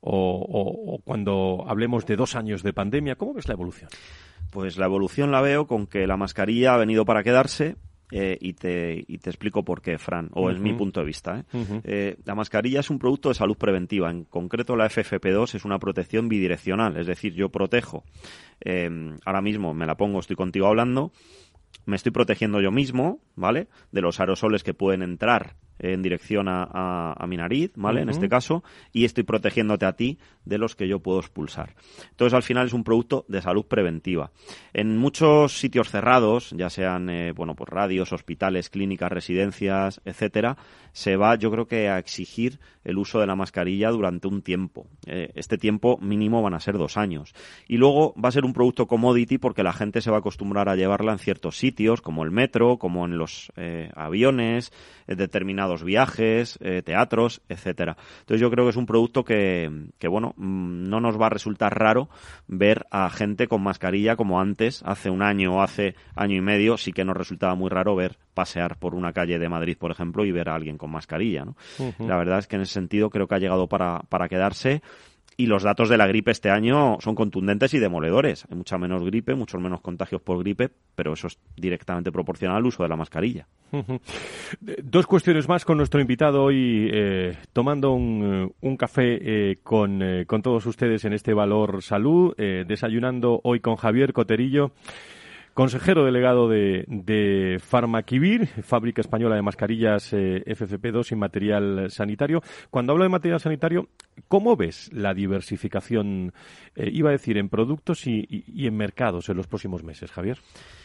o, o cuando hablemos de dos años de pandemia? ¿Cómo ves la evolución? Pues la evolución la veo con que la mascarilla ha venido para quedarse. Eh, y te y te explico por qué, Fran, o uh-huh. es mi punto de vista. ¿eh? Uh-huh. Eh, la mascarilla es un producto de salud preventiva. En concreto, la F F P dos es una protección bidireccional. Es decir, yo protejo, eh, ahora mismo me la pongo, estoy contigo hablando, me estoy protegiendo yo mismo, ¿vale? De los aerosoles que pueden entrar en dirección a, a, a mi nariz, ¿vale? Uh-huh. En este caso, y estoy protegiéndote a ti de los que yo puedo expulsar. Entonces, al final es un producto de salud preventiva. En muchos sitios cerrados, ya sean, eh, bueno, pues radios, hospitales, clínicas, residencias, etcétera, se va, yo creo que a exigir el uso de la mascarilla durante un tiempo. Eh, este tiempo mínimo van a ser dos años. Y luego va a ser un producto commodity porque la gente se va a acostumbrar a llevarla en ciertos sitios, como el metro, como en los eh, aviones, en determinados determinados viajes, eh, teatros, etcétera. Entonces yo creo que es un producto que, que bueno, no nos va a resultar raro ver a gente con mascarilla como antes, hace un año o hace año y medio, sí que nos resultaba muy raro ver pasear por una calle de Madrid, por ejemplo, y ver a alguien con mascarilla, ¿no? Uh-huh. La verdad es que en ese sentido creo que ha llegado para, para quedarse. Y los datos de la gripe este año son contundentes y demoledores. Hay mucha menos gripe, muchos menos contagios por gripe, pero eso es directamente proporcional al uso de la mascarilla. Uh-huh. Dos cuestiones más con nuestro invitado hoy, eh, tomando un, un café eh, con, eh, con todos ustedes en este Valor Salud, eh, desayunando hoy con Javier Coterillo, consejero delegado de, de Farmaquivir, fábrica española de mascarillas eh, F F P dos y material sanitario. Cuando hablo de material sanitario, ¿cómo ves la diversificación, eh, iba a decir, en productos y, y, y en mercados en los próximos meses, Javier?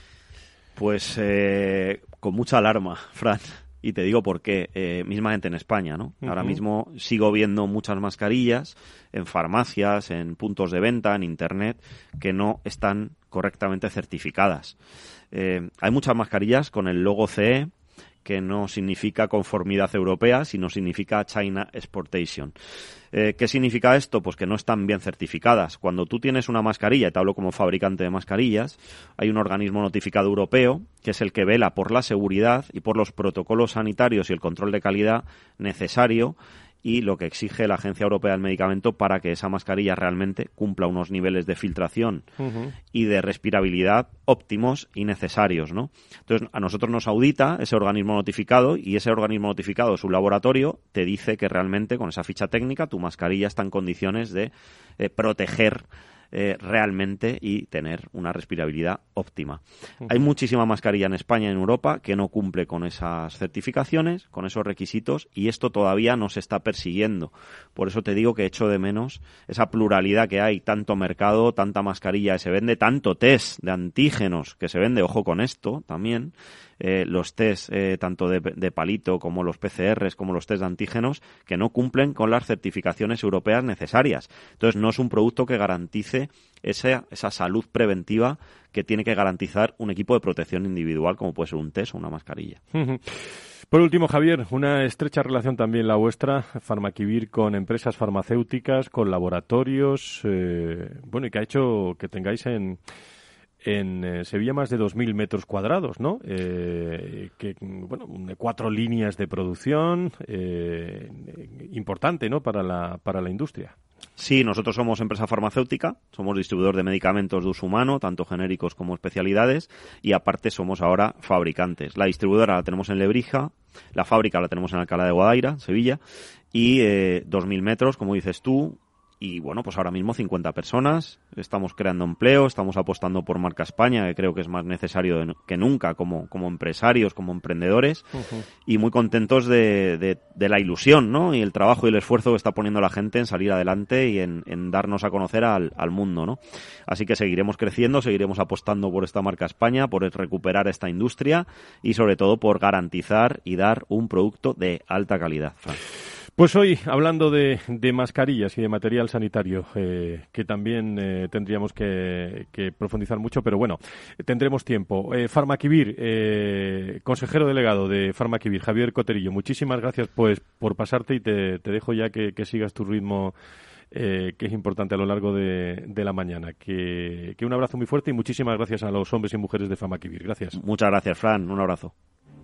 Pues eh, con mucha alarma, Fran. Y te digo por qué, eh, mismamente en España, ¿no? Uh-huh. Ahora mismo sigo viendo muchas mascarillas en farmacias, en puntos de venta, en Internet, que no están correctamente certificadas. Eh, hay muchas mascarillas con el logo C E, que no significa conformidad europea, sino significa China Exportation. Eh, ¿Qué significa esto? Pues que no están bien certificadas. Cuando tú tienes una mascarilla, y te hablo como fabricante de mascarillas, hay un organismo notificado europeo, que es el que vela por la seguridad y por los protocolos sanitarios y el control de calidad necesario y lo que exige la Agencia Europea del Medicamento para que esa mascarilla realmente cumpla unos niveles de filtración uh-huh. y de respirabilidad óptimos y necesarios, ¿no? Entonces, a nosotros nos audita ese organismo notificado y ese organismo notificado, su laboratorio, te dice que realmente con esa ficha técnica tu mascarilla está en condiciones de eh, proteger Eh, realmente y tener una respirabilidad óptima. Uh-huh. Hay muchísima mascarilla en España y en Europa que no cumple con esas certificaciones, con esos requisitos, y esto todavía no se está persiguiendo. Por eso te digo que echo de menos esa pluralidad que hay, tanto mercado, tanta mascarilla que se vende, tanto test de antígenos que se vende, ojo con esto también, eh, los test eh, tanto de, de palito como los P C Rs, como los test de antígenos, que no cumplen con las certificaciones europeas necesarias. Entonces no es un producto que garantice esa, esa salud preventiva que tiene que garantizar un equipo de protección individual, como puede ser un test o una mascarilla. Uh-huh. Por último, Javier, una estrecha relación también la vuestra, Farmaquivir, con empresas farmacéuticas, con laboratorios, eh, bueno, y que ha hecho que tengáis en... En eh, Sevilla más de dos mil metros cuadrados, ¿no? Eh, que, bueno, cuatro líneas de producción, eh, importante, ¿no? Para la, para la industria. Sí, nosotros somos empresa farmacéutica, somos distribuidor de medicamentos de uso humano, tanto genéricos como especialidades, y aparte somos ahora fabricantes. La distribuidora la tenemos en Lebrija, la fábrica la tenemos en Alcalá de Guadaira, Sevilla, y eh, dos mil metros, como dices tú. Y bueno, pues ahora mismo cincuenta personas, estamos creando empleo, estamos apostando por Marca España, que creo que es más necesario que nunca como, como empresarios, como emprendedores, uh-huh. y muy contentos de, de, de la ilusión, ¿no? Y el trabajo y el esfuerzo que está poniendo la gente en salir adelante y en, en darnos a conocer al, al mundo, ¿no? Así que seguiremos creciendo, seguiremos apostando por esta Marca España, por recuperar esta industria y sobre todo por garantizar y dar un producto de alta calidad, Fran. Pues hoy, hablando de, de mascarillas y de material sanitario, eh, que también eh, tendríamos que, que profundizar mucho, pero bueno, tendremos tiempo. Eh, Farmaquivir, eh, consejero delegado de Farmaquivir, Javier Coterillo, muchísimas gracias pues por pasarte y te, te dejo ya que, que sigas tu ritmo, eh, que es importante a lo largo de, de la mañana. Que, que un abrazo muy fuerte y muchísimas gracias a los hombres y mujeres de Farmaquivir. Gracias. Muchas gracias, Fran. Un abrazo.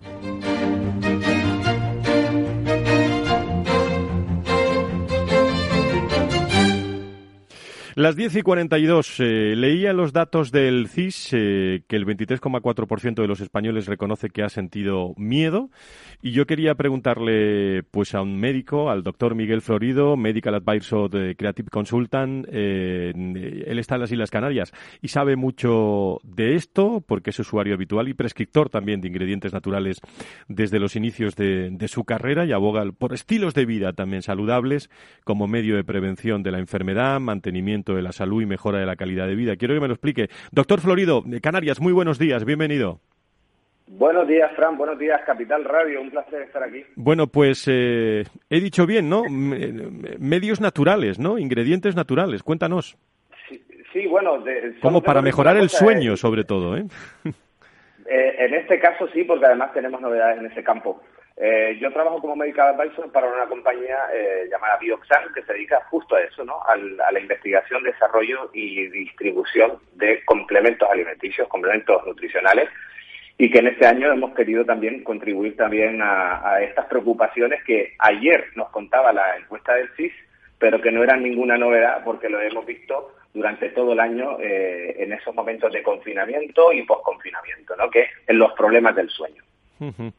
Las diez y cuarenta y dos, eh, leía los datos del C I S eh, que el veintitrés coma cuatro por ciento de los españoles reconoce que ha sentido miedo, y yo quería preguntarle pues a un médico, al doctor Miguel Florido, Medical Advisor de Creative Consultant. Eh, él está en las Islas Canarias y sabe mucho de esto porque es usuario habitual y prescriptor también de ingredientes naturales desde los inicios de, de su carrera, y aboga por estilos de vida también saludables como medio de prevención de la enfermedad, mantenimiento de la salud y mejora de la calidad de vida. Quiero que me lo explique. Doctor Florido, de Canarias, muy buenos días, bienvenido. Buenos días, Fran, buenos días, Capital Radio, un placer estar aquí. Bueno, pues eh, he dicho bien, ¿no? Medios naturales, ¿no? Ingredientes naturales, cuéntanos. Sí, sí bueno... De, Como para mejorar el sueño, sobre todo, ¿eh? Eh, en este caso sí, porque además tenemos novedades en ese campo. Eh, yo trabajo como medical advisor para una compañía eh, llamada Bioxan, que se dedica justo a eso, ¿no? Al, a la investigación, desarrollo y distribución de complementos alimenticios, complementos nutricionales, y que en este año hemos querido también contribuir también a, a estas preocupaciones que ayer nos contaba la encuesta del C I S, pero que no eran ninguna novedad porque lo hemos visto durante todo el año eh, en esos momentos de confinamiento y posconfinamiento, ¿no? Que es en los problemas del sueño. Uh-huh.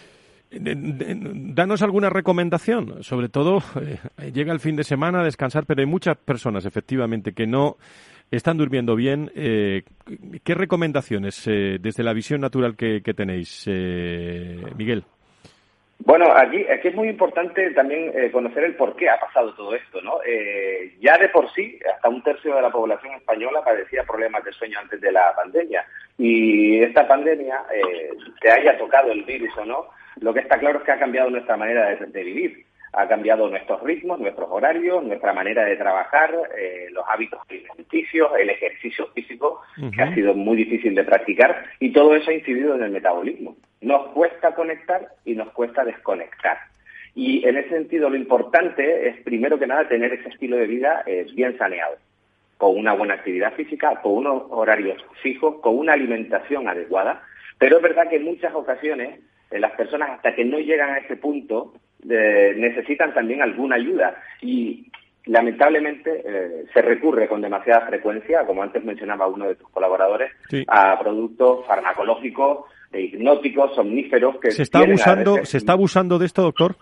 Danos alguna recomendación, sobre todo eh, llega el fin de semana a descansar, pero hay muchas personas efectivamente que no están durmiendo bien. Eh, ¿Qué recomendaciones eh, desde la visión natural que, que tenéis, eh, Miguel? Bueno, aquí, aquí es muy importante también eh, conocer el por qué ha pasado todo esto, ¿no? Eh, ya de por sí, hasta un tercio de la población española padecía problemas de sueño antes de la pandemia. Y esta pandemia, eh, te haya tocado el virus o no, lo que está claro es que ha cambiado nuestra manera de, de vivir. Ha cambiado nuestros ritmos, nuestros horarios, nuestra manera de trabajar, eh, los hábitos alimenticios, el ejercicio físico, uh-huh. que ha sido muy difícil de practicar, y todo eso ha incidido en el metabolismo. Nos cuesta conectar y nos cuesta desconectar. Y en ese sentido lo importante es, primero que nada, tener ese estilo de vida eh, bien saneado, con una buena actividad física, con unos horarios fijos, con una alimentación adecuada. Pero es verdad que en muchas ocasiones eh, las personas, hasta que no llegan a ese punto, Eh, necesitan también alguna ayuda y lamentablemente eh, se recurre con demasiada frecuencia, como antes mencionaba uno de tus colaboradores, sí. a productos farmacológicos, de hipnóticos, somníferos que se está abusando, veces... se está abusando de esto, doctor.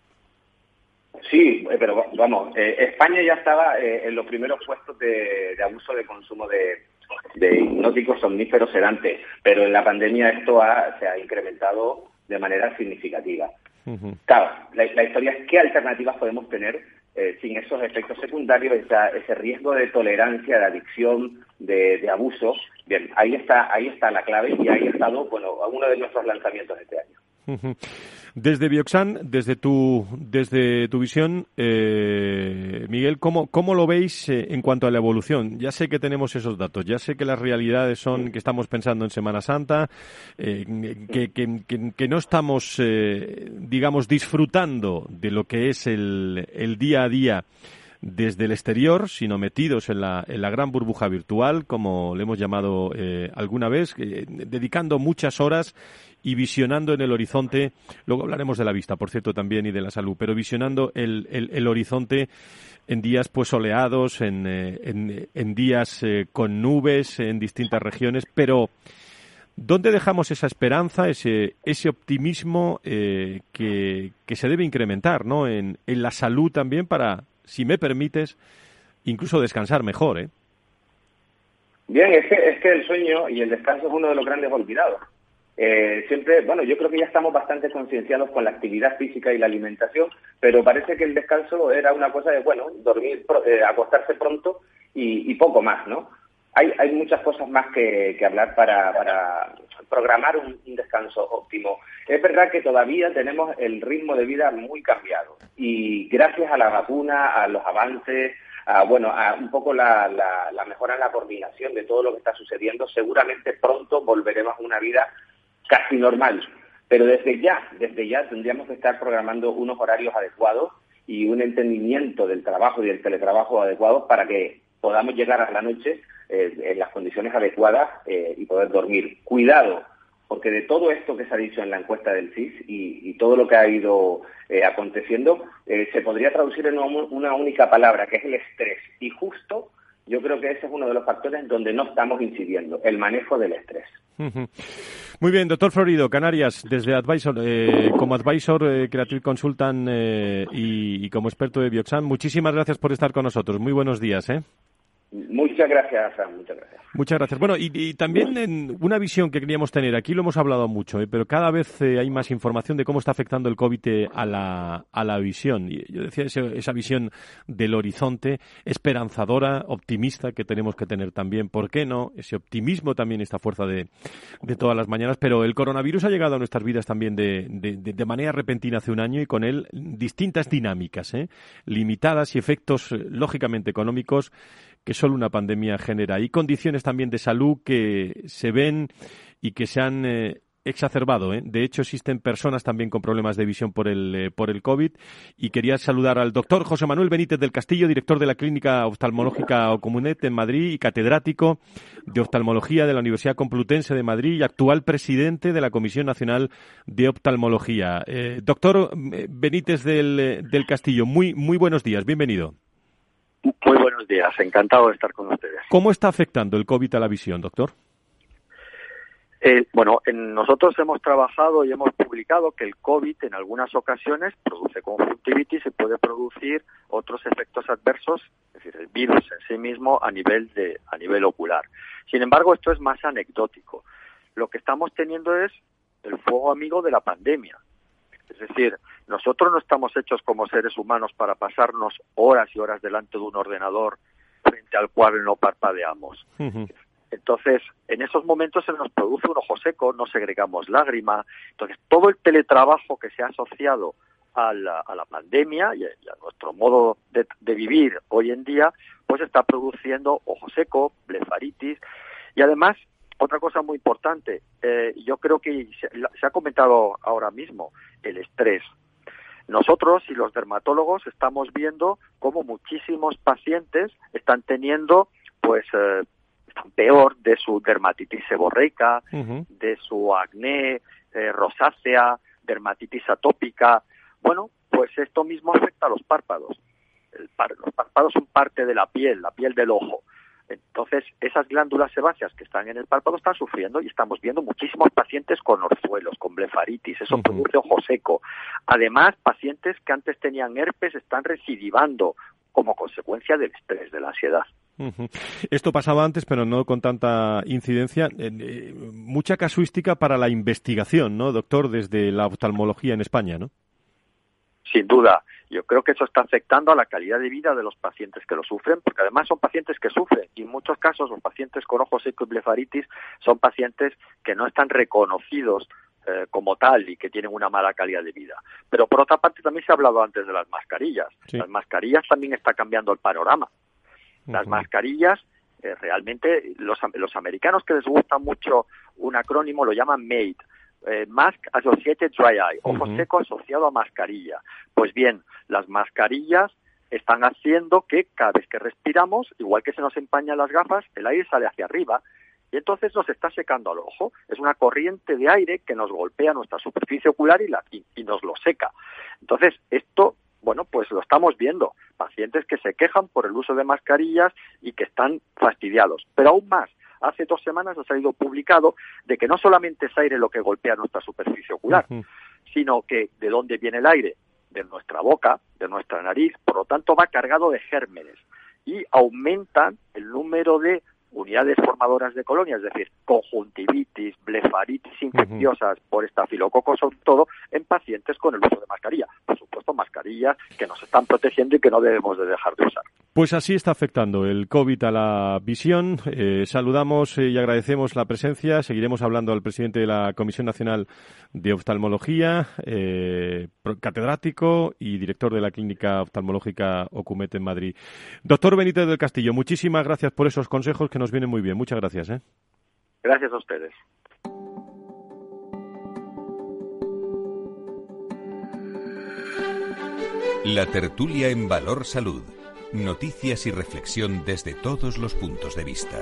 Sí, pero vamos, eh, España ya estaba eh, en los primeros puestos de, de abuso de consumo de, de hipnóticos, somníferos, sedantes, pero en la pandemia esto ha, se ha incrementado de manera significativa. Uh-huh. Claro, la, la historia es qué alternativas podemos tener eh, sin esos efectos secundarios, esa, ese riesgo de tolerancia, de adicción, de, de abuso. Bien, ahí está, ahí está la clave y ahí ha estado, bueno, uno de nuestros lanzamientos de este año. Uh-huh. Desde Bioxan, desde tu desde tu visión, eh, Miguel, ¿cómo, cómo lo veis eh, en cuanto a la evolución? Ya sé que tenemos esos datos, ya sé que las realidades son que estamos pensando en Semana Santa, eh, que, que, que, que no estamos, eh, digamos, disfrutando de lo que es el, el día a día desde el exterior, sino metidos en la, en la gran burbuja virtual, como le hemos llamado eh, alguna vez, eh, dedicando muchas horas y visionando en el horizonte, luego hablaremos de la vista, por cierto, también, y de la salud, pero visionando el, el, el horizonte en días pues soleados, en, eh, en, en días eh, con nubes en distintas regiones, pero ¿dónde dejamos esa esperanza, ese, ese optimismo eh, que, que se debe incrementar, ¿no? En, en la salud también para, si me permites, incluso descansar mejor, ¿eh? Bien, es que, es que el sueño y el descanso es uno de los grandes olvidados. Eh, siempre, bueno, yo creo que ya estamos bastante concienciados con la actividad física y la alimentación, pero parece que el descanso era una cosa de, bueno, dormir, eh, acostarse pronto y, y poco más, ¿no? Hay, hay muchas cosas más que, que hablar para, para programar un, un descanso óptimo. Es verdad que todavía tenemos el ritmo de vida muy cambiado y gracias a la vacuna, a los avances, a, bueno, a un poco la, la, la mejora en la coordinación de todo lo que está sucediendo, seguramente pronto volveremos a una vida casi normal. Pero desde ya, desde ya tendríamos que estar programando unos horarios adecuados y un entendimiento del trabajo y del teletrabajo adecuados para que podamos llegar a la noche eh, en las condiciones adecuadas eh, y poder dormir. Cuidado, porque de todo esto que se ha dicho en la encuesta del C I S y, y todo lo que ha ido eh, aconteciendo, eh, se podría traducir en una, una única palabra, que es el estrés. Y justo yo creo que ese es uno de los factores donde no estamos incidiendo, el manejo del estrés. Uh-huh. Muy bien, doctor Florido, Canarias, desde Advisor, eh, como Advisor, eh, Creative Consultant eh, y, y como experto de Bioxan, muchísimas gracias por estar con nosotros. Muy buenos días, ¿eh? Muchas gracias, Fran, muchas gracias. Muchas gracias. Bueno, y, y también en una visión que queríamos tener, aquí lo hemos hablado mucho, ¿eh? pero cada vez eh, hay más información de cómo está afectando el COVID eh, a la a la visión. Y yo decía ese, esa visión del horizonte esperanzadora, optimista que tenemos que tener también. ¿Por qué no? Ese optimismo también, esta fuerza de, de todas las mañanas. Pero el coronavirus ha llegado a nuestras vidas también de, de, de, de manera repentina hace un año y con él distintas dinámicas, ¿eh? limitadas y efectos, lógicamente, económicos que solo una pandemia genera. Y condiciones también de salud que se ven y que se han eh, exacerbado, ¿eh? De hecho, existen personas también con problemas de visión por el eh, por el COVID. Y quería saludar al doctor José Manuel Benítez del Castillo, director de la Clínica Oftalmológica Ocumet en Madrid y catedrático de Oftalmología de la Universidad Complutense de Madrid y actual presidente de la Comisión Nacional de Oftalmología. Eh, doctor Benítez del, del Castillo, muy, muy buenos días, bienvenido. Muy buenos días, encantado de estar con ustedes. ¿Cómo está afectando el COVID a la visión, doctor? Eh, bueno, en nosotros hemos trabajado y hemos publicado que el COVID en algunas ocasiones produce conjuntivitis y puede producir otros efectos adversos, es decir, el virus en sí mismo a nivel de a nivel ocular. Sin embargo, esto es más anecdótico. Lo que estamos teniendo es el fuego amigo de la pandemia. Es decir, nosotros no estamos hechos como seres humanos para pasarnos horas y horas delante de un ordenador frente al cual no parpadeamos. Uh-huh. Entonces, en esos momentos se nos produce un ojo seco, no segregamos lágrima. Entonces, todo el teletrabajo que se ha asociado a la, a la pandemia y a, y a nuestro modo de, de vivir hoy en día, pues está produciendo ojo seco, blefaritis. Y además, otra cosa muy importante, eh, yo creo que se, se ha comentado ahora mismo, el estrés. Nosotros y los dermatólogos estamos viendo cómo muchísimos pacientes están teniendo, pues, eh, están peor de su dermatitis seborreica, uh-huh. de su acné eh, rosácea, dermatitis atópica. Bueno, pues esto mismo afecta a los párpados. El par- los párpados son parte de la piel, la piel del ojo. Entonces, esas glándulas sebáceas que están en el párpado están sufriendo y estamos viendo muchísimos pacientes con orzuelos, con blefaritis, eso uh-huh. produce ojo seco. Además, pacientes que antes tenían herpes están recidivando como consecuencia del estrés, de la ansiedad. Uh-huh. Esto pasaba antes, pero no con tanta incidencia. Eh, eh, mucha casuística para la investigación, ¿no, doctor, desde la oftalmología en España, ¿no? Sin duda. Yo creo que eso está afectando a la calidad de vida de los pacientes que lo sufren, porque además son pacientes que sufren. Y en muchos casos los pacientes con ojo seco y blefaritis son pacientes que no están reconocidos eh, como tal y que tienen una mala calidad de vida. Pero por otra parte también se ha hablado antes de las mascarillas. Sí. Las mascarillas también está cambiando el panorama. Las uh-huh. mascarillas, eh, realmente, los, los americanos que les gusta mucho un acrónimo lo llaman MADE, eh, Mask Associated Dry Eye, ojo uh-huh. seco asociado a mascarilla. Pues bien, las mascarillas están haciendo que cada vez que respiramos, igual que se nos empañan las gafas, el aire sale hacia arriba y entonces nos está secando al ojo. Es una corriente de aire que nos golpea nuestra superficie ocular y, la, y, y nos lo seca. Entonces, esto... Bueno, pues lo estamos viendo. Pacientes que se quejan por el uso de mascarillas y que están fastidiados. Pero aún más, hace dos semanas ha salido publicado de que no solamente es aire lo que golpea nuestra superficie ocular, uh-huh. sino que de dónde viene el aire, de nuestra boca, de nuestra nariz, por lo tanto va cargado de gérmenes y aumentan el número de unidades formadoras de colonia, es decir, conjuntivitis, blefaritis infecciosas uh-huh. por estafilococo, sobre todo en pacientes con el uso de mascarilla. Por supuesto, mascarillas que nos están protegiendo y que no debemos de dejar de usar. Pues así está afectando el COVID a la visión. Eh, saludamos y agradecemos la presencia. Seguiremos hablando al presidente de la Comisión Nacional de Oftalmología, eh, catedrático y director de la Clínica Oftalmológica Ocumet en Madrid. Doctor Benítez del Castillo, muchísimas gracias por esos consejos que nos vienen muy bien. Muchas gracias. ¿eh? Gracias a ustedes. La tertulia en Valor Salud. Noticias y reflexión desde todos los puntos de vista.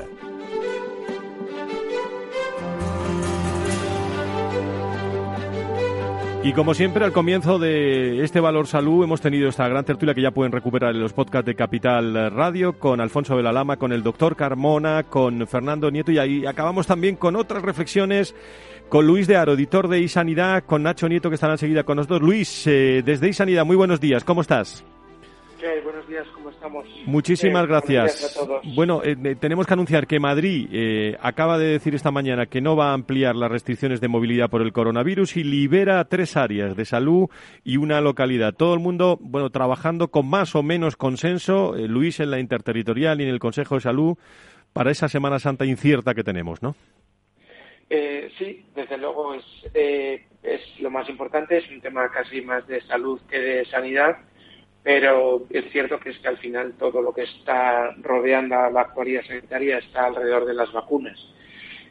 Y como siempre, al comienzo de este Valor Salud hemos tenido esta gran tertulia que ya pueden recuperar en los podcasts de Capital Radio, con Alfonso de la Lama, con el doctor Carmona, con Fernando Nieto, y ahí acabamos también con otras reflexiones con Luis de Aro, editor de iSanidad, con Nacho Nieto, que estará enseguida con nosotros. Luis, eh, desde iSanidad, muy buenos días, ¿cómo estás? ¿Qué? Buenos días, ¿cómo estamos? Muchísimas eh, gracias. Buenos días a todos. Bueno, eh, tenemos que anunciar que Madrid eh, acaba de decir esta mañana que no va a ampliar las restricciones de movilidad por el coronavirus y libera tres áreas de salud y una localidad. Todo el mundo, bueno, trabajando con más o menos consenso, eh, Luis, en la interterritorial y en el Consejo de Salud, para esa Semana Santa incierta que tenemos, ¿no? Eh, sí, desde luego es, eh, es lo más importante, es un tema casi más de salud que de sanidad, pero es cierto que es que al final todo lo que está rodeando a la actualidad sanitaria está alrededor de las vacunas.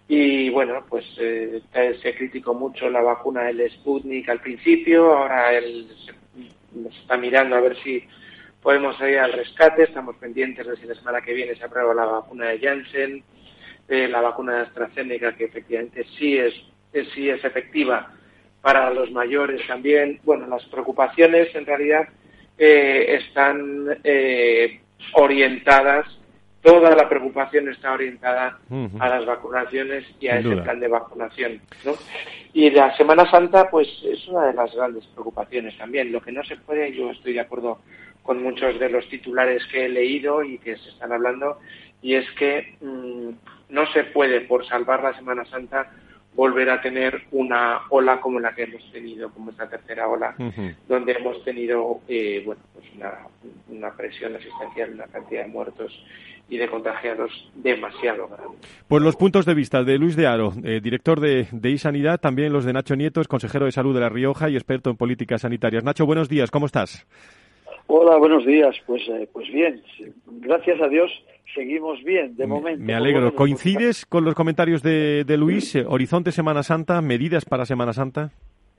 Y bueno, pues eh, se criticó mucho la vacuna del Sputnik al principio, ahora él nos está mirando a ver si podemos ir al rescate, estamos pendientes de si la semana que viene se aprueba la vacuna de Janssen, eh, la vacuna de AstraZeneca, que efectivamente sí es, es, sí es efectiva para los mayores también. Bueno, las preocupaciones en realidad eh, están eh, orientadas, toda la preocupación está orientada uh-huh. a las vacunaciones y a Sin ese duda. plan de vacunación, ¿no? Y la Semana Santa, pues es una de las grandes preocupaciones también. Lo que no se puede, yo estoy de acuerdo con muchos de los titulares que he leído y que se están hablando, y es que mmm, no se puede, por salvar la Semana Santa, volver a tener una ola como la que hemos tenido, como esta tercera ola, uh-huh. donde hemos tenido eh, bueno, pues una, una presión asistencial, una cantidad de muertos y de contagiados demasiado grande. Pues los puntos de vista de Luis de Haro, eh, director de, de iSanidad, también los de Nacho Nieto, es consejero de Salud de La Rioja y experto en políticas sanitarias. Nacho, buenos días, ¿cómo estás? Hola, buenos días. Pues eh, pues bien, gracias a Dios seguimos bien, de momento. Me alegro. ¿Coincides con los comentarios de, de Luis? Horizonte Semana Santa, medidas para Semana Santa.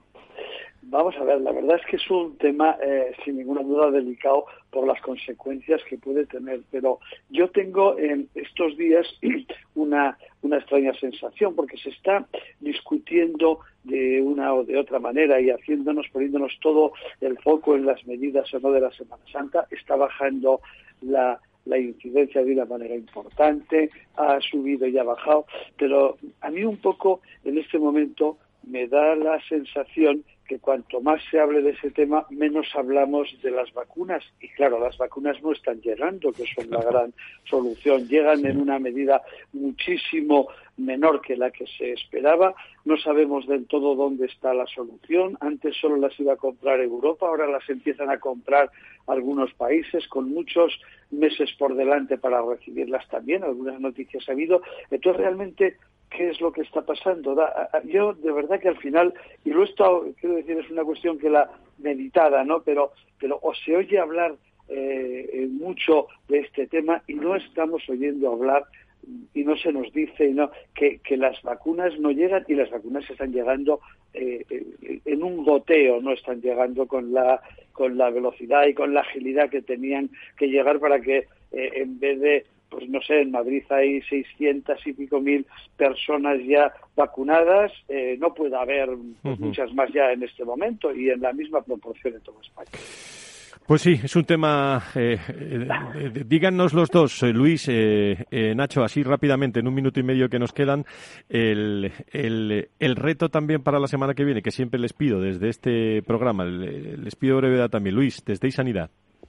Vamos a ver, la verdad es que es un tema eh, sin ninguna duda delicado por las consecuencias que puede tener, pero yo tengo en estos días una, una extraña sensación, porque se está discutiendo de una o de otra manera y haciéndonos, poniéndonos todo el foco en las medidas o no de la Semana Santa. Está bajando la, la incidencia de una manera importante, ha subido y ha bajado, pero a mí un poco en este momento me da la sensación que cuanto más se hable de ese tema, menos hablamos de las vacunas. Y claro, las vacunas no están llegando, que son la gran solución. Llegan en una medida muchísimo menor que la que se esperaba. No sabemos del todo dónde está la solución. Antes solo las iba a comprar Europa, ahora las empiezan a comprar algunos países con muchos meses por delante para recibirlas también. Algunas noticias ha habido. Entonces, realmente, ¿qué es lo que está pasando? Yo, de verdad que al final, y lo he estado, quiero decir, es una cuestión que la meditada, ¿no? Pero, pero o se oye hablar eh, mucho de este tema y no estamos oyendo hablar y no se nos dice y no que, que las vacunas no llegan, y las vacunas están llegando eh, en un goteo, no están llegando con la con la velocidad y con la agilidad que tenían que llegar para que eh, en vez de, pues no sé, en Madrid hay seiscientas y pico mil personas ya vacunadas, eh, no puede haber pues, uh-huh. muchas más ya en este momento y en la misma proporción en toda España. Pues sí, es un tema. Eh, eh, eh, díganos los dos, eh, Luis, eh, eh, Nacho, así rápidamente, en un minuto y medio que nos quedan, el, el, el reto también para la semana que viene, que siempre les pido desde este programa, les pido brevedad también. Luis, desde iSanidad.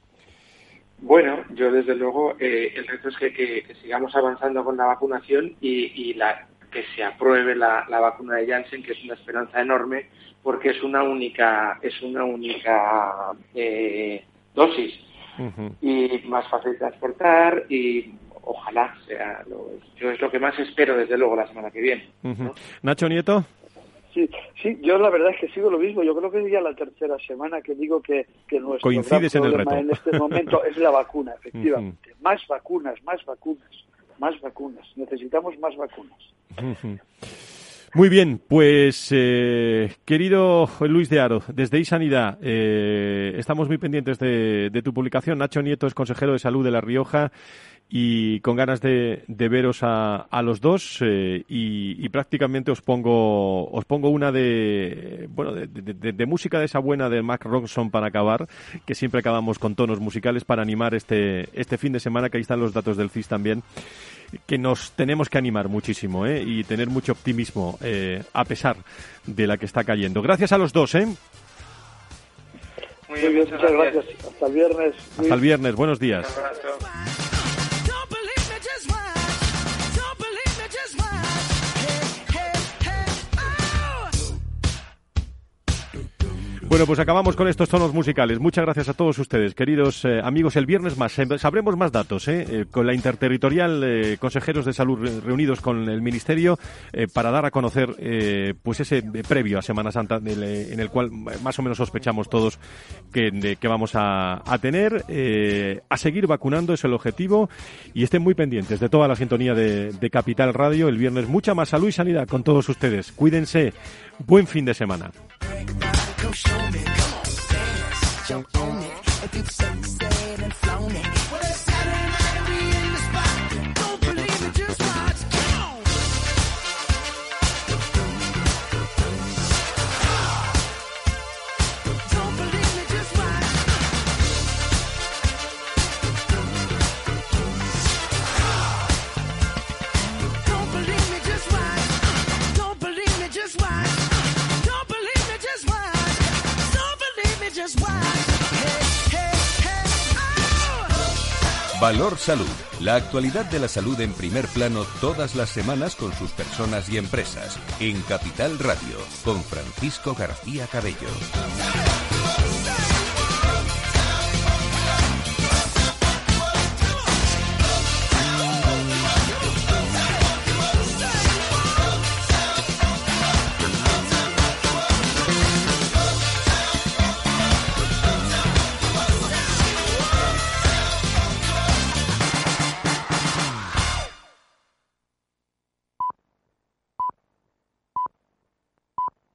Bueno, yo desde luego eh, el reto es que, que, que sigamos avanzando con la vacunación y, y la, que se apruebe la, la vacuna de Janssen, que es una esperanza enorme, porque es una única es una única eh, dosis uh-huh. y más fácil de transportar, y ojalá sea lo, yo es lo que más espero desde luego la semana que viene. Uh-huh. ¿no? Nacho Nieto. Sí, sí, yo la verdad es que sigo lo mismo. Yo creo que es ya la tercera semana que digo que, que nuestro Coincides gran en el problema reto. en este momento es la vacuna, efectivamente. Uh-huh. Más vacunas, más vacunas, más vacunas. Necesitamos más vacunas. Uh-huh. Muy bien, pues eh, querido Luis de Haro, desde iSanidad, eh, estamos muy pendientes de, de tu publicación. Nacho Nieto es consejero de Salud de La Rioja y con ganas de, de veros a, a los dos eh, y, y prácticamente os pongo os pongo una de bueno de, de, de, de música de esa buena de Mark Ronson para acabar, que siempre acabamos con tonos musicales para animar este este fin de semana, que ahí están los datos del C I S también, que nos tenemos que animar muchísimo ¿eh? y tener mucho optimismo eh, a pesar de la que está cayendo. Gracias a los dos. ¿eh? Muy bien, muchas gracias. gracias. Hasta el viernes. Hasta el viernes. Buenos días. Bueno, pues acabamos con estos tonos musicales. Muchas gracias a todos ustedes, queridos eh, amigos. El viernes más sabremos más datos, ¿eh? Eh, con la interterritorial, eh, consejeros de salud re reunidos con el Ministerio eh, para dar a conocer eh, pues ese previo a Semana Santa del, eh, en el cual más o menos sospechamos todos que, de, que vamos a, a tener. Eh, a seguir vacunando es el objetivo y estén muy pendientes de toda la sintonía de, de Capital Radio. El viernes mucha más salud y sanidad con todos ustedes. Cuídense. Buen fin de semana. Come show me, come on, dance, jump on it. If you've said, said and flown it. Well, it's Saturday night and we in the spot. Don't believe it, just watch. Come on. Don't believe it, just watch. Don't believe me, just watch. Don't believe me, just watch. Don't believe me, just watch. Valor Salud. La actualidad de la salud en primer plano todas las semanas con sus personas y empresas. En Capital Radio, con Francisco García Cabello.